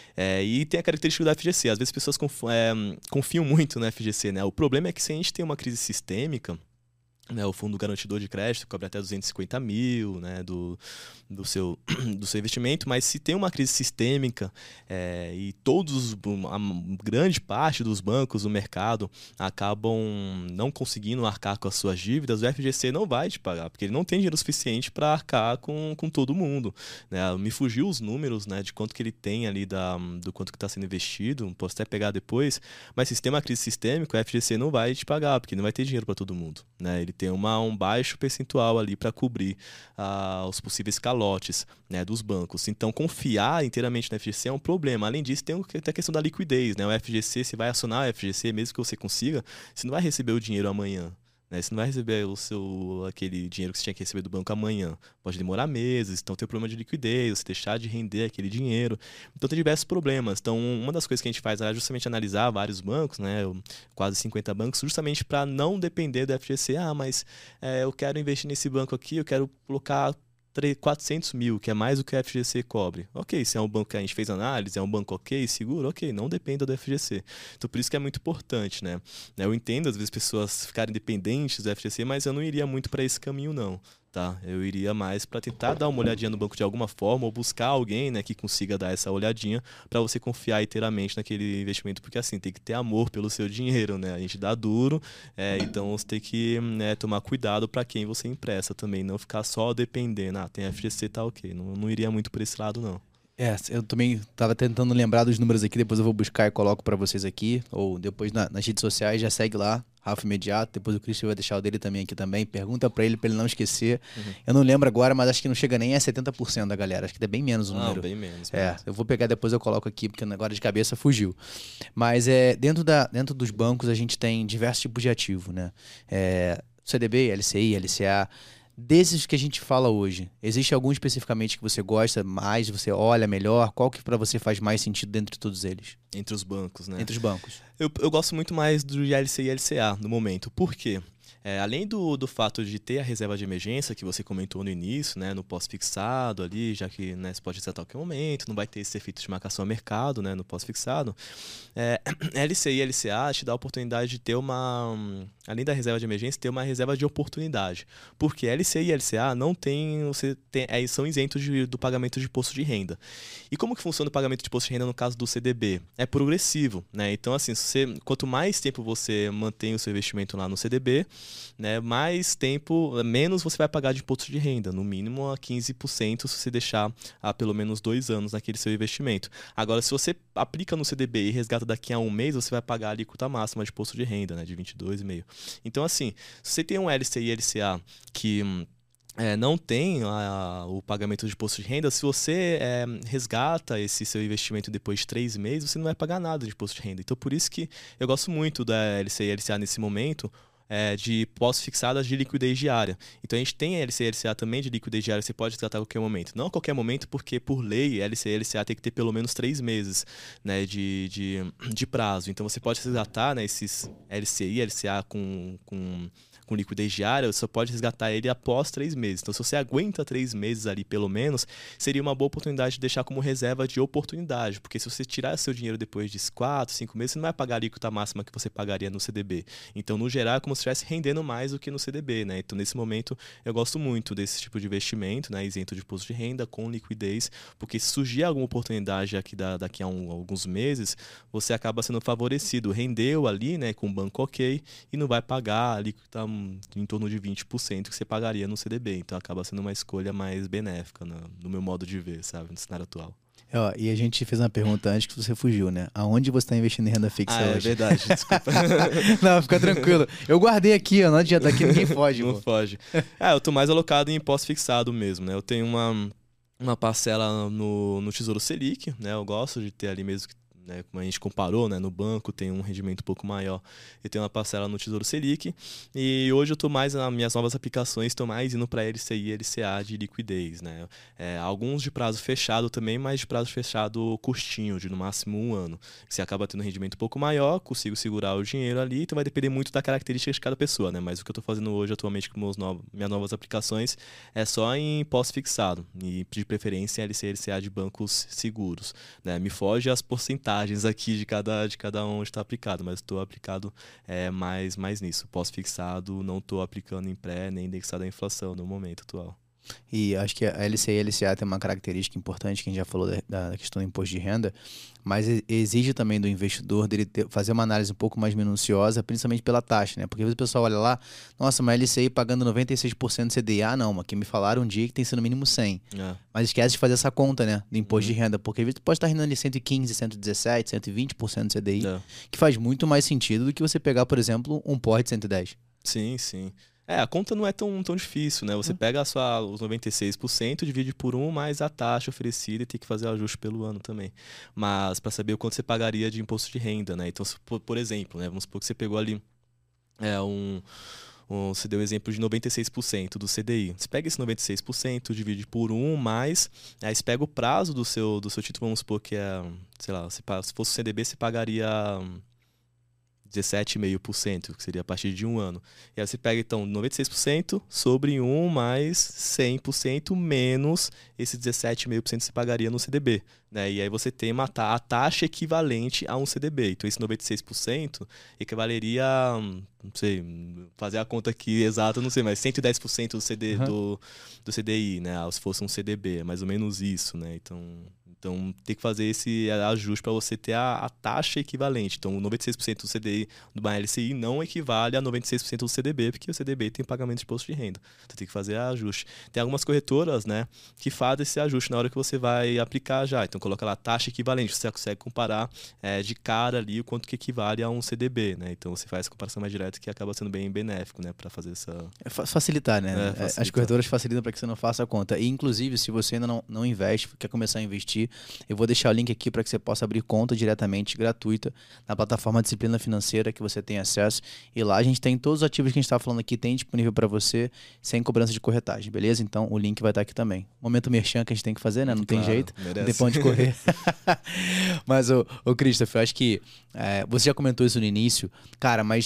E tem a característica do FGC. Às vezes as pessoas confiam muito no FGC, né? O problema é que se a gente tem uma crise sistêmica, né, o Fundo Garantidor de Crédito cobre até 250 mil, né, do seu investimento, mas se tem uma crise sistêmica e a grande parte dos bancos do mercado acabam não conseguindo arcar com as suas dívidas, o FGC não vai te pagar, porque ele não tem dinheiro suficiente para arcar com todo mundo, né? Me fugiu os números, né, de quanto que ele tem ali, do quanto que está sendo investido, posso até pegar depois, mas se tem uma crise sistêmica, o FGC não vai te pagar, porque não vai ter dinheiro para todo mundo, né? Ele tem um baixo percentual ali para cobrir os possíveis calotes, né, dos bancos. Então, confiar inteiramente no FGC é um problema. Além disso, tem a questão da liquidez, né? O FGC, se vai acionar o FGC, mesmo que você consiga, você não vai receber o dinheiro amanhã, né? Você não vai receber aquele dinheiro que você tinha que receber do banco amanhã. Pode demorar meses, então tem o problema de liquidez, você deixar de render aquele dinheiro. Então tem diversos problemas. Então uma das coisas que a gente faz é justamente analisar vários bancos, né, quase 50 bancos, justamente para não depender do FGC. Mas eu quero investir nesse banco aqui, eu quero colocar 400 mil, que é mais do que o FGC cobre. Ok, se é um banco que a gente fez análise, é um banco ok, seguro, ok, não dependa do FGC. Então por isso que é muito importante, né? Eu entendo às vezes pessoas ficarem dependentes do FGC, mas eu não iria muito para esse caminho não, tá? Eu iria mais para tentar dar uma olhadinha no banco de alguma forma ou buscar alguém, né, que consiga dar essa olhadinha para você confiar inteiramente naquele investimento, porque assim, tem que ter amor pelo seu dinheiro, né? A gente dá duro, então você tem que tomar cuidado para quem você empresta também, não ficar só dependendo, tem FGC, tá ok, não iria muito por esse lado não. Eu também estava tentando lembrar dos números aqui, depois eu vou buscar e coloco para vocês aqui, ou depois nas redes sociais, já segue lá, Rafa Imediato, depois o Christian vai deixar o dele também aqui também, pergunta para ele não esquecer. Eu não lembro agora, mas acho que não chega nem a 70% da galera, acho que é bem menos o número. Não, bem menos. Eu vou pegar depois, eu coloco aqui, porque agora de cabeça fugiu. Mas dentro dos bancos a gente tem diversos tipos de ativo, né? CDB, LCI, LCA. Desses que a gente fala hoje, existe algum especificamente que você gosta mais, você olha melhor? Qual que para você faz mais sentido dentre todos eles? Entre os bancos, né? Entre os bancos. Eu gosto muito mais do LCI e LCA no momento. Por quê? Além do fato de ter a reserva de emergência, que você comentou no início, né, no pós-fixado ali, já que, né, você pode resetar a qualquer momento, não vai ter esse efeito de marcação a mercado, né, no pós-fixado, LCI e LCA te dá a oportunidade de ter além da reserva de emergência, ter uma reserva de oportunidade. Porque LCI e LCA não são isentos do pagamento de imposto de renda. E como que funciona o pagamento de imposto de renda no caso do CDB? É progressivo, né? Então, assim, quanto mais tempo você mantém o seu investimento lá no CDB, né, menos você vai pagar de imposto de renda, no mínimo a 15% se você deixar há pelo menos 2 anos naquele seu investimento. Agora, se você aplica no CDB e resgata daqui a 1 mês, você vai pagar a alíquota máxima de imposto de renda, né, de 22,5%. Então, assim, se você tem um LCI e LCA que não tem o pagamento de imposto de renda, se você resgata esse seu investimento depois de 3 meses, você não vai pagar nada de imposto de renda. Então, por isso que eu gosto muito da LCI e LCA nesse momento, de pós-fixadas de liquidez diária. Então, a gente tem a LCI e LCA também de liquidez diária, você pode tratar a qualquer momento. Não a qualquer momento, porque, por lei, LCI e LCA tem que ter pelo menos 3 meses, né, de prazo. Então, você pode resgatar, né, esses LCI e LCA com liquidez diária, você só pode resgatar ele após 3 meses. Então, se você aguenta 3 meses ali, pelo menos, seria uma boa oportunidade de deixar como reserva de oportunidade, porque se você tirar seu dinheiro depois de 4, 5 meses, você não vai pagar a alíquota máxima que você pagaria no CDB. Então, no geral, é como se estivesse rendendo mais do que no CDB, né? Então, nesse momento, eu gosto muito desse tipo de investimento, né, isento de imposto de renda, com liquidez, porque se surgir alguma oportunidade daqui a alguns meses, você acaba sendo favorecido. Rendeu ali, né, com o banco ok, e não vai pagar a alíquota em torno de 20% que você pagaria no CDB. Então acaba sendo uma escolha mais benéfica no meu modo de ver, sabe, no cenário atual. E a gente fez uma pergunta antes que você fugiu, né? Aonde você está investindo em renda fixa hoje? É verdade, desculpa. Não, fica tranquilo. Eu guardei aqui, ó, não adianta, aqui ninguém foge. Não foge. Eu tô mais alocado em pós-fixado mesmo, né? Eu tenho uma parcela no Tesouro Selic, né? Eu gosto de ter ali mesmo que, né, como a gente comparou, né, no banco tem um rendimento um pouco maior e tem uma parcela no Tesouro Selic. E hoje eu estou mais, nas minhas novas aplicações, estou mais indo para LCI e LCA de liquidez, né? Alguns de prazo fechado também, mas de prazo fechado curtinho, de no máximo 1 ano. Você acaba tendo um rendimento um pouco maior, consigo segurar o dinheiro ali, então vai depender muito da característica de cada pessoa, né? Mas o que eu estou fazendo hoje atualmente com minhas novas aplicações é só em pós-fixado e de preferência em LCI e LCA de bancos seguros, né? Me foge as porcentagens aqui de cada um está aplicado, mas estou aplicado mais nisso. Pós-fixado, não estou aplicando em pré nem indexado à inflação no momento atual. E acho que a LCI e a LCA tem uma característica importante, que a gente já falou da questão do imposto de renda, mas exige também do investidor dele fazer uma análise um pouco mais minuciosa, principalmente pela taxa, né? Porque às vezes o pessoal olha lá, nossa, uma LCI pagando 96% de CDI, não, mas que me falaram um dia que tem que ser no mínimo 100. Mas esquece de fazer essa conta, né, do imposto de renda, porque às vezes tu pode estar rendendo ali 115, 117, 120% de CDI, que faz muito mais sentido do que você pegar, por exemplo, um POR de 110. Sim, sim. A conta não é tão difícil, né? Você pega os 96%, divide por 1 mais a taxa oferecida e tem que fazer o ajuste pelo ano também. Mas para saber o quanto você pagaria de imposto de renda, né? Então, por exemplo, né? Vamos supor que você pegou ali você deu o exemplo de 96% do CDI. Você pega esse 96%, divide por 1 mais, aí você pega o prazo do seu título, vamos supor que sei lá, se fosse o CDB, você pagaria 17,5%, que seria a partir de 1 ano. E aí você pega, então, 96% sobre 1 mais 100% menos esse 17,5% que você pagaria no CDB. Né? E aí você tem a taxa equivalente a um CDB. Então, esse 96% equivaleria, não sei, fazer a conta aqui exata, não sei, mas 110% do CDI, né? Se fosse um CDB, é mais ou menos isso, né? Então, tem que fazer esse ajuste para você ter a taxa equivalente. Então, 96% do CDI do LCI não equivale a 96% do CDB, porque o CDB tem pagamento de imposto de renda. Então, tem que fazer ajuste. Tem algumas corretoras, né, que fazem esse ajuste na hora que você vai aplicar já. Então, coloca lá taxa equivalente. Você consegue comparar de cara ali o quanto que equivale a um CDB, né? Então, você faz essa comparação mais direta, que acaba sendo bem benéfico, né, para fazer essa... Facilitar, né? Facilitar. As corretoras facilitam para que você não faça a conta. E, inclusive, se você ainda não investe, quer começar a investir, eu vou deixar o link aqui para que você possa abrir conta diretamente, gratuita, na plataforma Disciplina Financeira, que você tem acesso. E lá a gente tem todos os ativos que a gente está falando aqui, tem disponível para você, sem cobrança de corretagem, beleza? Então o link vai estar aqui também. Momento merchan que a gente tem que fazer, né? Não tem jeito, merece. Não tem pra onde correr. Mas, ô Christopher, eu acho que você já comentou isso no início, cara, mas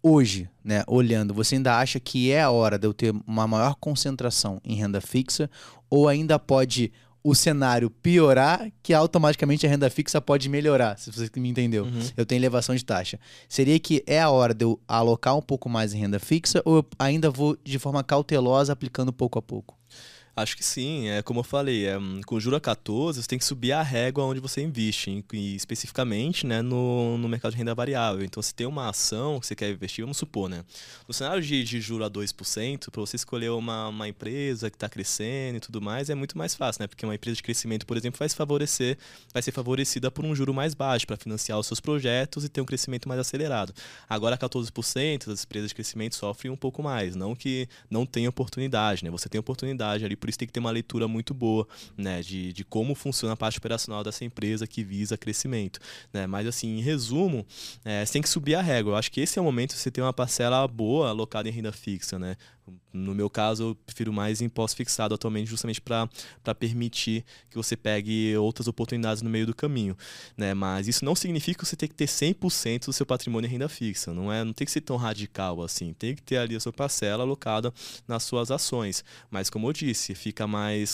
hoje, né, olhando, você ainda acha que é a hora de eu ter uma maior concentração em renda fixa ou ainda pode o cenário piorar que automaticamente a renda fixa pode melhorar, se você me entendeu? Uhum. Eu tenho elevação de taxa. Seria que é a hora de eu alocar um pouco mais em renda fixa ou eu ainda vou de forma cautelosa aplicando pouco a pouco? Acho que sim, é como eu falei, com juro a 14, você tem que subir a régua onde você investe, e especificamente, né, no mercado de renda variável. Então, se tem uma ação que você quer investir, vamos supor, né, no cenário de juro a 2%, para você escolher uma empresa que está crescendo e tudo mais, é muito mais fácil, né, porque uma empresa de crescimento, por exemplo, vai ser favorecida por um juro mais baixo para financiar os seus projetos e ter um crescimento mais acelerado. Agora, a 14%, as empresas de crescimento sofrem um pouco mais, não que não tenha oportunidade, né, você tem oportunidade ali, por isso tem que ter uma leitura muito boa, né, de como funciona a parte operacional dessa empresa que visa crescimento, né? Mas assim, em resumo, você tem que subir a régua. Eu acho que esse é o momento de você ter uma parcela boa alocada em renda fixa, né? No meu caso, eu prefiro mais imposto fixado atualmente, justamente para permitir que você pegue outras oportunidades no meio do caminho, né? Mas isso não significa que você tem que ter 100% do seu patrimônio em renda fixa. Não tem que ser tão radical assim. Tem que ter ali a sua parcela alocada nas suas ações. Mas como eu disse, fica mais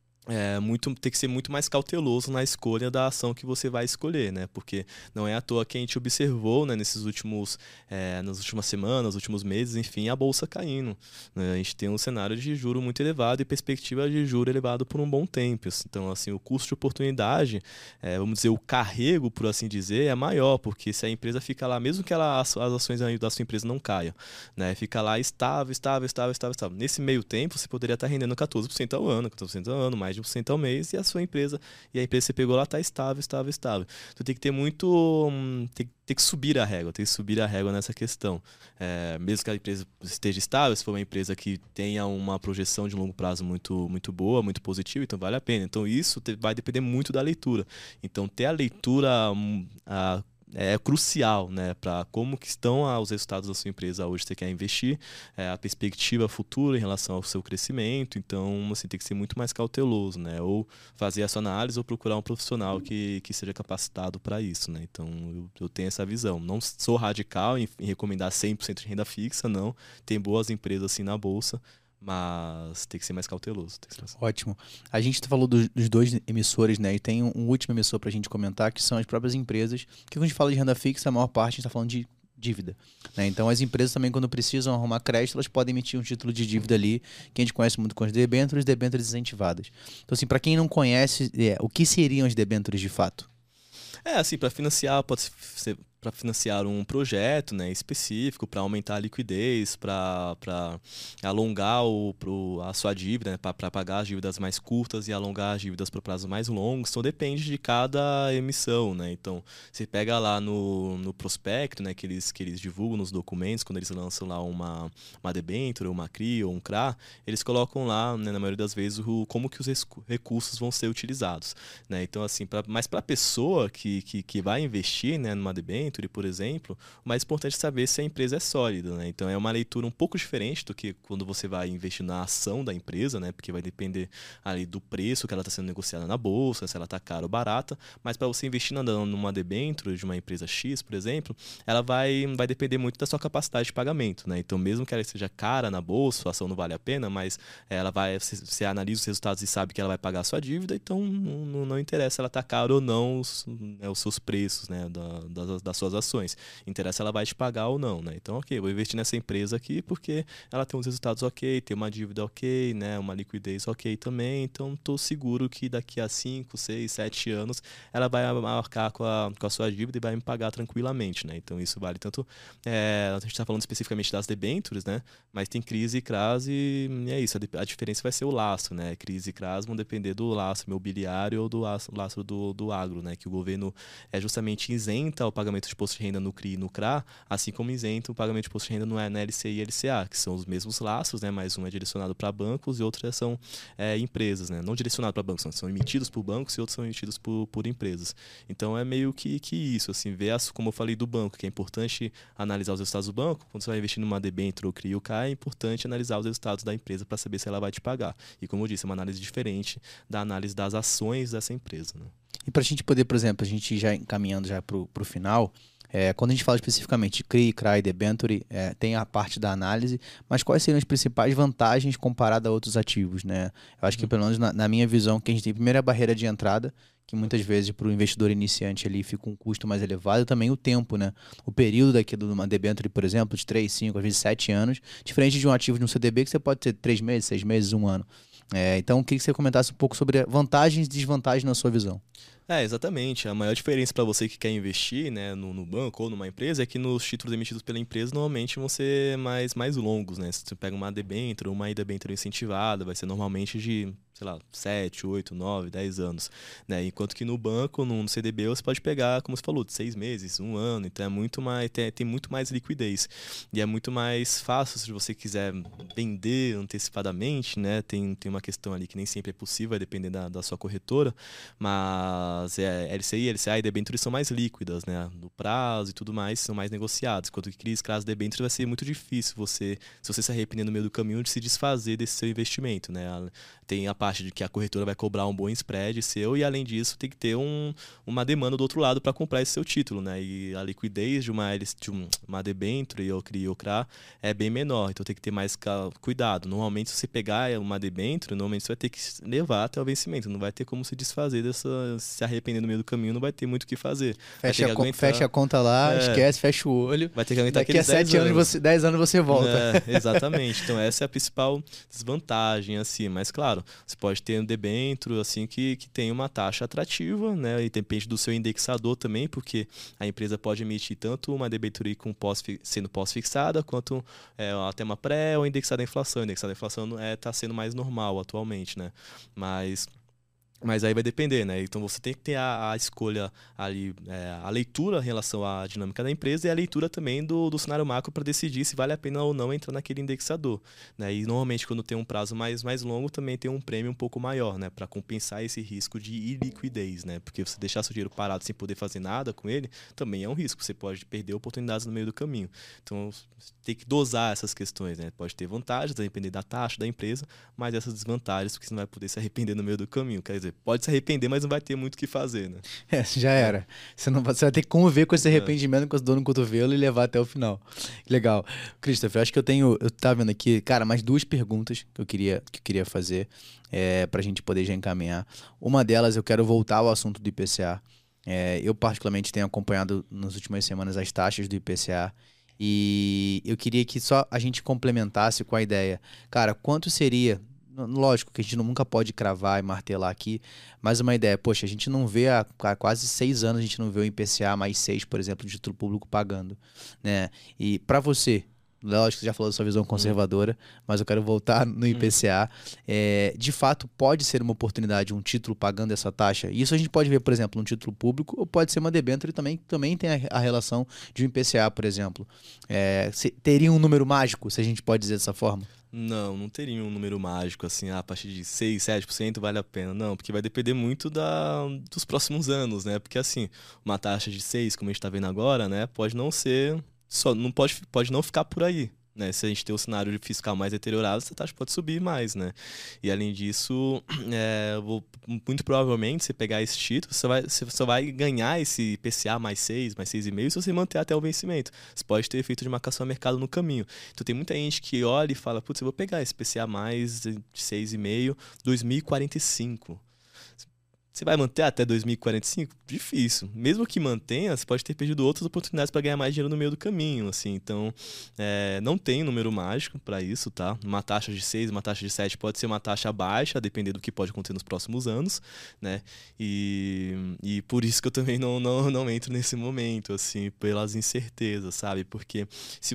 tem que ser muito mais cauteloso na escolha da ação que você vai escolher, né? Porque não é à toa que a gente observou, né, nas últimas semanas, nos últimos meses, enfim, a bolsa caindo, né? A gente tem um cenário de juro muito elevado e perspectiva de juro elevado por um bom tempo. Então, assim, o custo de oportunidade, vamos dizer, o carrego, por assim dizer, é maior, porque se a empresa fica lá, mesmo que as ações da sua empresa não caiam, né, fica lá estável. Nesse meio tempo, você poderia estar rendendo 14% ao ano, 14% ao ano, mais de 1% ao mês, e a empresa que você pegou lá está estável. Então tem que ter muito. Tem que subir a régua, nessa questão. Mesmo que a empresa esteja estável, se for uma empresa que tenha uma projeção de longo prazo muito, muito boa, muito positiva, então vale a pena. Então isso vai depender muito da leitura. Então ter a leitura é crucial, né, para como que estão os resultados da sua empresa hoje. Você quer investir, a perspectiva futura em relação ao seu crescimento. Então, assim, tem que ser muito mais cauteloso, né, ou fazer essa análise ou procurar um profissional que seja capacitado para isso, né. Então, eu tenho essa visão. Não sou radical em recomendar 100% de renda fixa, não. Tem boas empresas assim na bolsa, mas tem que ser mais cauteloso. Ótimo. A gente falou dos dois emissores, né? E tem um último emissor para a gente comentar, que são as próprias empresas. Que quando a gente fala de renda fixa, a maior parte a gente está falando de dívida, né? Então as empresas também, quando precisam arrumar crédito, elas podem emitir um título de dívida ali, que a gente conhece muito com as debêntures incentivadas. Então, assim, para quem não conhece, o que seriam as debêntures de fato? Assim, para financiar, pode ser para financiar um projeto, né, específico, para aumentar a liquidez, para alongar a sua dívida, né, para pagar as dívidas mais curtas e alongar as dívidas para prazos mais longos. Então depende de cada emissão, né? Então você pega lá no prospecto, né, que eles divulgam nos documentos, quando eles lançam lá uma debênture, uma CRI ou um CRA, eles colocam lá, né, na maioria das vezes, como que os recursos vão ser utilizados, né? Então, assim, mas para a pessoa que vai investir, né, numa debênture, por exemplo, o mais importante é saber se a empresa é sólida, né? Então é uma leitura um pouco diferente do que quando você vai investir na ação da empresa, né? Porque vai depender ali do preço que ela está sendo negociada na bolsa, se ela está cara ou barata. Mas para você investir numa debênture de uma empresa X, por exemplo, ela vai depender muito da sua capacidade de pagamento, né? Então mesmo que ela seja cara na bolsa, a ação não vale a pena, mas você analisa os resultados e sabe que ela vai pagar a sua dívida, então não interessa ela tá cara ou não os seus preços, né, das suas ações. Interessa ela vai te pagar ou não, né? Então, ok, vou investir nessa empresa aqui porque ela tem uns resultados ok, tem uma dívida ok, né, uma liquidez ok também, então estou seguro que daqui a 5, 6, 7 anos ela vai marcar com a sua dívida e vai me pagar tranquilamente, né? Então isso vale tanto, a gente está falando especificamente das debêntures, né? Mas tem CRIs e CRAs e é isso, a diferença vai ser o lastro, né? CRIs e CRAs vão depender do lastro imobiliário ou do lastro do agro, né? Que o governo justamente isenta o pagamento de imposto de renda no CRI e no CRA, assim como isenta o pagamento de imposto de renda na LCI e LCA, que são os mesmos lastros, né? Mas um é direcionado para bancos e outro são empresas, né? Não direcionado para bancos, são emitidos por bancos e outros são emitidos por empresas. Então é meio que isso, assim, como eu falei do banco, que é importante analisar os resultados do banco. Quando você vai investir numa debênture ou CRI ou CA, é importante analisar os resultados da empresa para saber se ela vai te pagar. E como eu disse, é uma análise diferente da análise das ações dessa empresa, né? E para a gente poder, por exemplo, a gente já encaminhando já para o final, Quando a gente fala especificamente de CRI, CRA e debenture, tem a parte da análise, mas quais seriam as principais vantagens comparadas a outros ativos, né? Eu acho que, pelo menos na minha visão, que a gente tem primeiro a barreira de entrada, que muitas vezes para o investidor iniciante ali fica um custo mais elevado, e também o tempo, né? O período daquilo de uma debenture, por exemplo, de 3, 5, às vezes 7 anos, diferente de um ativo de um CDB que você pode ter 3 meses, 6 meses, 1 ano. Então, eu queria que você comentasse um pouco sobre vantagens e desvantagens na sua visão. Exatamente. A maior diferença para você que quer investir, né, no banco ou numa empresa é que nos títulos emitidos pela empresa normalmente vão ser mais longos, né? Se você pega uma debênture, uma debênture incentivada, vai ser normalmente de, sei lá, 7, 8, 9, 10 anos, né? Enquanto que no banco, no CDB, você pode pegar, como você falou, de 6 meses, 1 ano, então é muito mais, tem muito mais liquidez. E é muito mais fácil se você quiser vender antecipadamente, né? Tem uma questão ali que nem sempre é possível, vai depender da sua corretora, mas LCI, LCA e debêntures são mais líquidas, né? No prazo e tudo mais, são mais negociados. Enquanto que CRIs, CRAs, debêntures vai ser muito difícil se você se arrepender no meio do caminho de se desfazer desse seu investimento, né? Tem a parte de que a corretora vai cobrar um bom spread seu e, além disso, tem que ter uma demanda do outro lado para comprar esse seu título, né? E a liquidez de uma debênture ou CRI ou CRA é bem menor, então tem que ter mais cuidado. Normalmente, se você pegar uma debênture, normalmente você vai ter que levar até o vencimento, não vai ter como se desfazer se arrepender no meio do caminho, não vai ter muito o que fazer. Fecha a conta lá, esquece, fecha o olho. Vai ter que aguentar daqui a 10 anos você volta. Exatamente. Então essa é a principal desvantagem, assim. Mas claro, você pode ter um debênture, assim, que tem uma taxa atrativa, né? E depende do seu indexador também, porque a empresa pode emitir tanto uma debênture sendo pós-fixada, quanto até uma pré ou indexada à inflação. Indexada à inflação está sendo mais normal atualmente, né? Mas aí vai depender, né? Então você tem que ter a escolha ali, a leitura em relação à dinâmica da empresa e a leitura também do cenário macro para decidir se vale a pena ou não entrar naquele indexador, né? E normalmente quando tem um prazo mais longo também tem um prêmio um pouco maior, né? Para compensar esse risco de iliquidez, né? Porque você deixar seu dinheiro parado sem poder fazer nada com ele também é um risco. Você pode perder oportunidades no meio do caminho. Então tem que dosar essas questões, né? Pode ter vantagens, depender da taxa da empresa, mas essas desvantagens, porque você não vai poder se arrepender no meio do caminho. Quer dizer, pode se arrepender, mas não vai ter muito o que fazer, né? Já era. Você vai ter que conviver com esse arrependimento com as dor no cotovelo e levar até o final. Legal. Christopher, acho que eu tava vendo aqui, cara, mais 2 perguntas que eu queria fazer pra gente poder já encaminhar. Uma delas, eu quero voltar ao assunto do IPCA. Eu particularmente tenho acompanhado nas últimas semanas as taxas do IPCA e eu queria que só a gente complementasse com a ideia. Cara, quanto seria... Lógico que a gente nunca pode cravar e martelar aqui, mas uma ideia, poxa, a gente não vê há quase 6 anos, a gente não vê o IPCA mais 6, por exemplo, de título público pagando, né? E para você, lógico que você já falou da sua visão conservadora, mas eu quero voltar no IPCA. De fato, pode ser uma oportunidade um título pagando essa taxa? Isso a gente pode ver, por exemplo, um título público, ou pode ser uma debênture também tem a relação de um IPCA, por exemplo. Teria um número mágico, se a gente pode dizer dessa forma? Não teria um número mágico, assim, a partir de 6, 7% vale a pena. Não, porque vai depender muito dos próximos anos, né? Porque, assim, uma taxa de 6, como a gente tá vendo agora, né? Pode não ser... pode não ficar por aí, né? Se a gente ter o cenário de fiscal mais deteriorado, essa taxa pode subir mais, né? E além disso, muito provavelmente, você pegar esse título, você só vai ganhar esse IPCA mais 6, mais 6,5 se você manter até o vencimento. Você pode ter efeito de marcação a mercado no caminho. Então tem muita gente que olha e fala, putz, eu vou pegar esse IPCA mais de 6,5, 2045. Você vai manter até 2045? Difícil. Mesmo que mantenha, você pode ter perdido outras oportunidades para ganhar mais dinheiro no meio do caminho, assim. Então, não tem número mágico para isso, tá? Uma taxa de 6, uma taxa de 7 pode ser uma taxa baixa, dependendo do que pode acontecer nos próximos anos, né? E por isso que eu também não entro nesse momento, assim, pelas incertezas, sabe? Porque se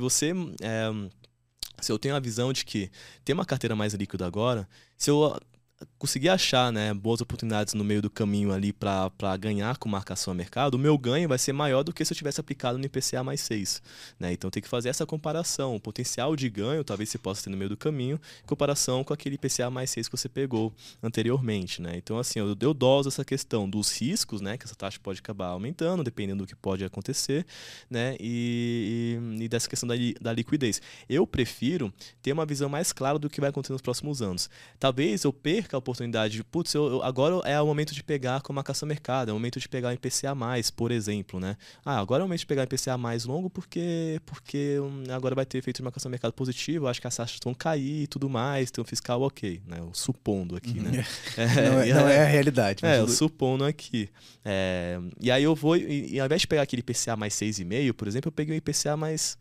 eu tenho a visão de que tem uma carteira mais líquida agora, se eu conseguir achar, né, boas oportunidades no meio do caminho ali para ganhar com marcação a mercado, o meu ganho vai ser maior do que se eu tivesse aplicado no IPCA mais 6, né? Então tem que fazer essa comparação. O potencial de ganho talvez você possa ter no meio do caminho em comparação com aquele IPCA mais 6 que você pegou anteriormente, né? Então, assim, eu doso essa questão dos riscos, né, que essa taxa pode acabar aumentando, dependendo do que pode acontecer, né? E dessa questão da liquidez. Eu prefiro ter uma visão mais clara do que vai acontecer nos próximos anos. Talvez eu perca perca a oportunidade de, putz, agora é o momento de pegar com marcação mercado, é o momento de pegar o IPCA+, por exemplo, né? Agora é o momento de pegar o IPCA mais longo porque agora vai ter efeito de marcação mercado positivo, acho que as taxas vão cair e tudo mais, tem um fiscal ok, né? Supondo aqui, né? Não é a realidade. Eu supondo aqui. E aí eu vou, e ao invés de pegar aquele IPCA mais 6,5, por exemplo, eu peguei o IPCA mais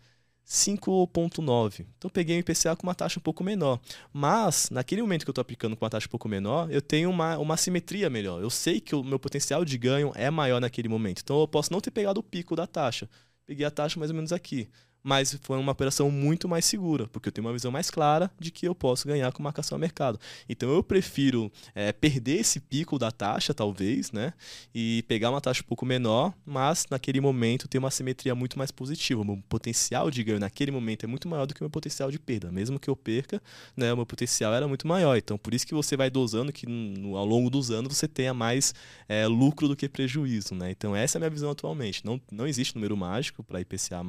5,9. Então eu peguei o IPCA com uma taxa um pouco menor. Mas, naquele momento que eu estou aplicando com uma taxa um pouco menor, eu tenho uma simetria melhor. Eu sei que o meu potencial de ganho é maior naquele momento. Então eu posso não ter pegado o pico da taxa. Peguei a taxa mais ou menos aqui. Mas foi uma operação muito mais segura, porque eu tenho uma visão mais clara de que eu posso ganhar com marcação a mercado. Então eu prefiro perder esse pico da taxa, talvez, né? E pegar uma taxa um pouco menor, mas naquele momento ter uma simetria muito mais positiva. O meu potencial de ganho naquele momento é muito maior do que o meu potencial de perda. Mesmo que eu perca, né, o meu potencial era muito maior. Então por isso que você vai dosando que ao longo dos anos você tenha mais lucro do que prejuízo, né? Então essa é a minha visão atualmente. Não existe número mágico para IPCA+.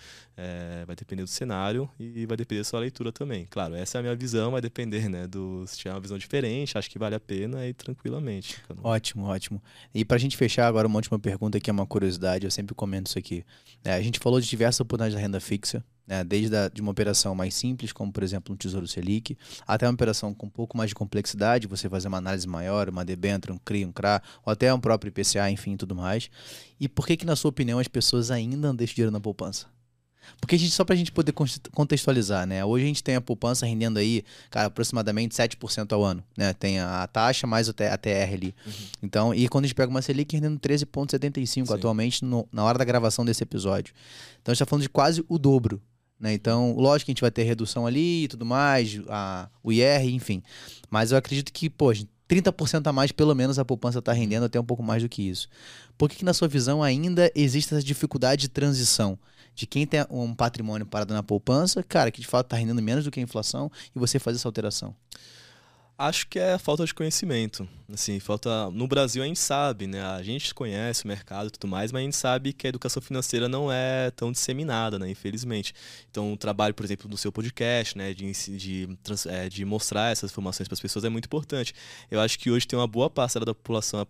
Vai depender do cenário e vai depender da sua leitura também. Claro, essa é a minha visão, vai depender, né, se tiver uma visão diferente, acho que vale a pena e tranquilamente. Ótimo, ótimo. E pra gente fechar agora uma última pergunta que é uma curiosidade, eu sempre comento isso aqui. A gente falou de diversas oportunidades da renda fixa, né, desde de uma operação mais simples, como por exemplo um Tesouro Selic, até uma operação com um pouco mais de complexidade, você fazer uma análise maior, uma debênture, um CRI, um CRA, ou até um próprio IPCA, enfim, tudo mais. E por que na sua opinião as pessoas ainda deixam dinheiro na poupança? Porque só pra gente poder contextualizar, né? Hoje a gente tem a poupança rendendo aí, cara, aproximadamente 7% ao ano, né? Tem a taxa mais a TR ali. Então, e quando a gente pega uma Selic rendendo 13,75 atualmente na hora da gravação desse episódio. Então a gente tá falando de quase o dobro, né? Então, lógico que a gente vai ter redução ali e tudo mais, o IR, enfim. Mas eu acredito que, 30% a mais, pelo menos, a poupança está rendendo até um pouco mais do que isso. Por que na sua visão, ainda existe essa dificuldade de transição? De quem tem um patrimônio parado na poupança, cara, que de fato está rendendo menos do que a inflação, e você fazer essa alteração? Acho que é falta de conhecimento. Assim, no Brasil a gente sabe, né? A gente conhece o mercado e tudo mais, mas a gente sabe que a educação financeira não é tão disseminada, né? Infelizmente. Então, o trabalho, por exemplo, do seu podcast, né? De mostrar essas informações para as pessoas é muito importante. Eu acho que hoje tem uma boa parcela da população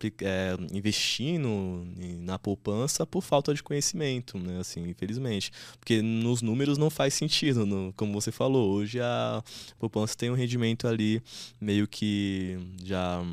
investindo na poupança por falta de conhecimento, né? Assim, infelizmente. Porque nos números não faz sentido, como você falou. Hoje a poupança tem um rendimento ali meio que já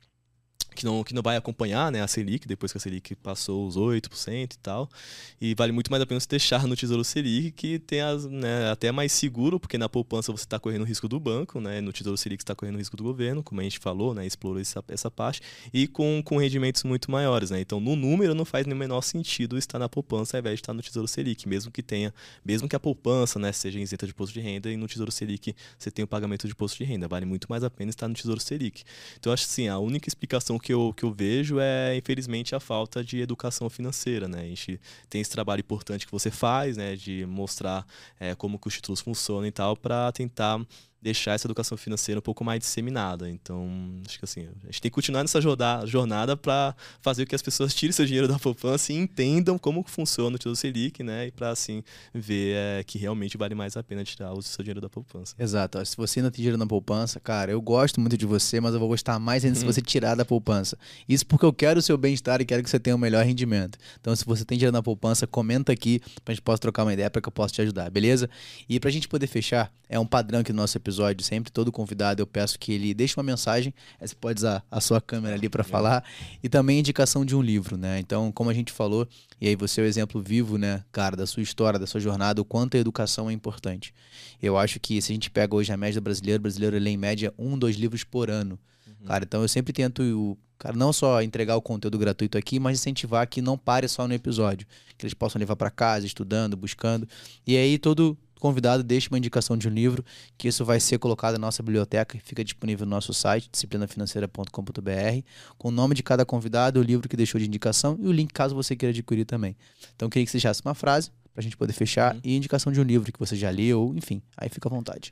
que não vai acompanhar, né, a Selic, depois que a Selic passou os 8% e tal. E vale muito mais a pena você deixar no Tesouro Selic, que tem até mais seguro, porque na poupança você está correndo o risco do banco, né, no Tesouro Selic você está correndo o risco do governo, como a gente falou, né, explorou essa parte, e com rendimentos muito maiores, né. Então, no número, não faz nem o menor sentido estar na poupança ao invés de estar no Tesouro Selic, mesmo que a poupança, né, seja isenta de imposto de renda, e no Tesouro Selic você tem o pagamento de imposto de renda. Vale muito mais a pena estar no Tesouro Selic. Então, acho assim, a única explicação que eu vejo é, infelizmente, a falta de educação financeira, né? A gente tem esse trabalho importante que você faz, né, de mostrar como que os títulos funcionam e tal, para tentar deixar essa educação financeira um pouco mais disseminada. Então, acho que assim, a gente tem que continuar nessa jornada para fazer com que as pessoas tirem seu dinheiro da poupança e entendam como funciona o Tesouro Selic, né? E para, assim, ver que realmente vale mais a pena tirar o seu dinheiro da poupança. Exato. Se você ainda tem dinheiro na poupança, cara, eu gosto muito de você, mas eu vou gostar mais ainda se você tirar da poupança. Isso porque eu quero o seu bem-estar e quero que você tenha o melhor rendimento. Então, se você tem dinheiro na poupança, comenta aqui pra gente possa trocar uma ideia para que eu possa te ajudar, beleza? E pra gente poder fechar, é um padrão aqui no nosso episódio, sempre todo convidado eu peço que ele deixe uma mensagem, você pode usar a sua câmera ali para falar, e também indicação de um livro, né? Então, como a gente falou, e aí você é o exemplo vivo, né, cara, da sua história, da sua jornada, o quanto a educação é importante. Eu acho que se a gente pega hoje a média do brasileiro, o brasileiro lê em média 2 livros por ano. Cara, então eu sempre tento, cara, não só entregar o conteúdo gratuito aqui, mas incentivar que não pare só no episódio, que eles possam levar para casa, estudando, buscando, e aí todo convidado deixa uma indicação de um livro, que isso vai ser colocado na nossa biblioteca e fica disponível no nosso site, disciplinafinanceira.com.br, com o nome de cada convidado, o livro que deixou de indicação e o link caso você queira adquirir também. Então, eu queria que você deixasse uma frase para a gente poder fechar e indicação de um livro que você já leu, enfim, aí fica à vontade.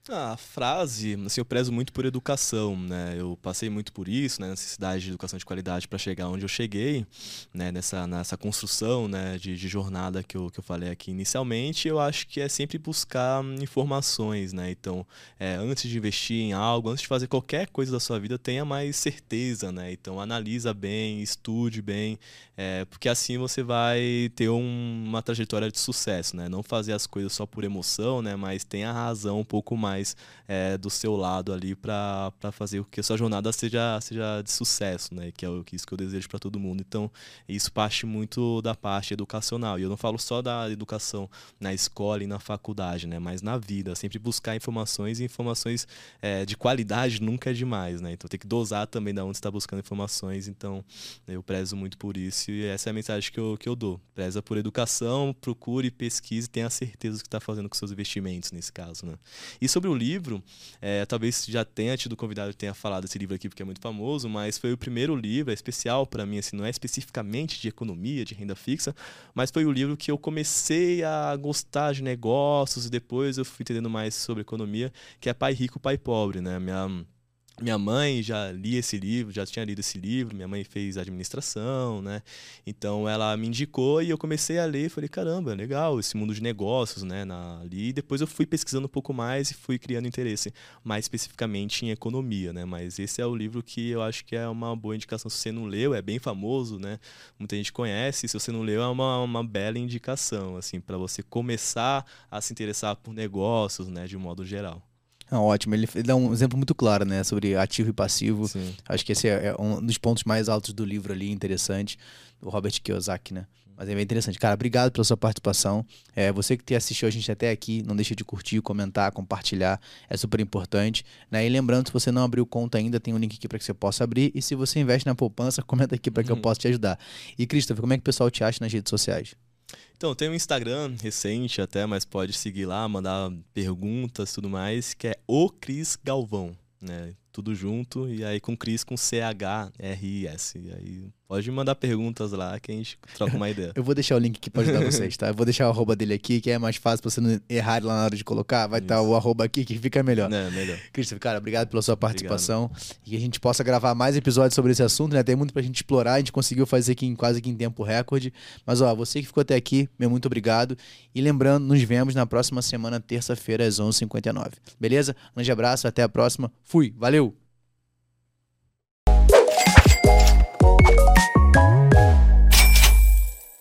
A frase, assim, eu prezo muito por educação, né? Eu passei muito por isso, né? Necessidade de educação de qualidade para chegar onde eu cheguei, né? Nessa construção, né? De jornada que eu falei aqui inicialmente, eu acho que é sempre buscar informações, né? Então, antes de investir em algo, antes de fazer qualquer coisa da sua vida, tenha mais certeza, né? Então, analisa bem, estude bem, porque assim você vai ter uma trajetória de sucesso, né? Não fazer as coisas só por emoção, né? Mas tenha a razão um pouco mais do seu lado ali para fazer com que a sua jornada seja de sucesso, né? Que é isso que eu desejo para todo mundo. Então, isso parte muito da parte educacional. E eu não falo só da educação na escola e na faculdade, né? Mas na vida. Sempre buscar informações e informações de qualidade nunca é demais, né? Então, tem que dosar também da onde você está buscando informações. Então, eu prezo muito por isso e essa é a mensagem que eu dou. Preza por educação, procure, pesquise e tenha certeza do que está fazendo com seus investimentos nesse caso, né? E sobre o livro, talvez já tenha tido convidado que tenha falado desse livro aqui, porque é muito famoso, mas foi o primeiro livro, é especial para mim, assim, não é especificamente de economia, de renda fixa, mas foi o livro que eu comecei a gostar de negócios e depois eu fui entendendo mais sobre economia, que é Pai Rico, Pai Pobre, né? Minha mãe já lia esse livro, já tinha lido esse livro, minha mãe fez administração, né? Então ela me indicou e eu comecei a ler e falei, caramba, legal, esse mundo de negócios, né? Ali, e depois eu fui pesquisando um pouco mais e fui criando interesse mais especificamente em economia, né? Mas esse é o livro que eu acho que é uma boa indicação. Se você não leu, é bem famoso, né? Muita gente conhece, se você não leu, é uma bela indicação, assim, para você começar a se interessar por negócios, né? De um modo geral. Ótimo, ele dá um exemplo muito claro, né, sobre ativo e passivo. Sim. Acho que esse é um dos pontos mais altos do livro ali, interessante, do Robert Kiyosaki, né? Mas é bem interessante. Cara, obrigado pela sua participação. Você que assistiu a gente até aqui, não deixa de curtir, comentar, compartilhar, é super importante, né? E lembrando, se você não abriu conta ainda, tem um link aqui para que você possa abrir. E se você investe na poupança, comenta aqui para que eu possa te ajudar. E, Christopher, como é que o pessoal te acha nas redes sociais? Então, tem um Instagram recente até, mas pode seguir lá, mandar perguntas e tudo mais, que é o Cris Galvão, né? Tudo junto, e aí com Cris com CHRIS. E aí pode mandar perguntas lá que a gente troca uma ideia. Eu vou deixar o link aqui para ajudar vocês, tá? Eu vou deixar o arroba dele aqui, que é mais fácil pra você não errar lá na hora de colocar. Vai estar o arroba aqui, que fica melhor. Melhor. Christopher, cara, obrigado pela sua participação. Obrigado. E que a gente possa gravar mais episódios sobre esse assunto, né? Tem muito pra gente explorar, a gente conseguiu fazer aqui quase que em tempo recorde. Mas, ó, você que ficou até aqui, meu muito obrigado. E lembrando, nos vemos na próxima semana, terça-feira, às 11h59. Beleza? Um grande abraço, até a próxima. Fui, valeu!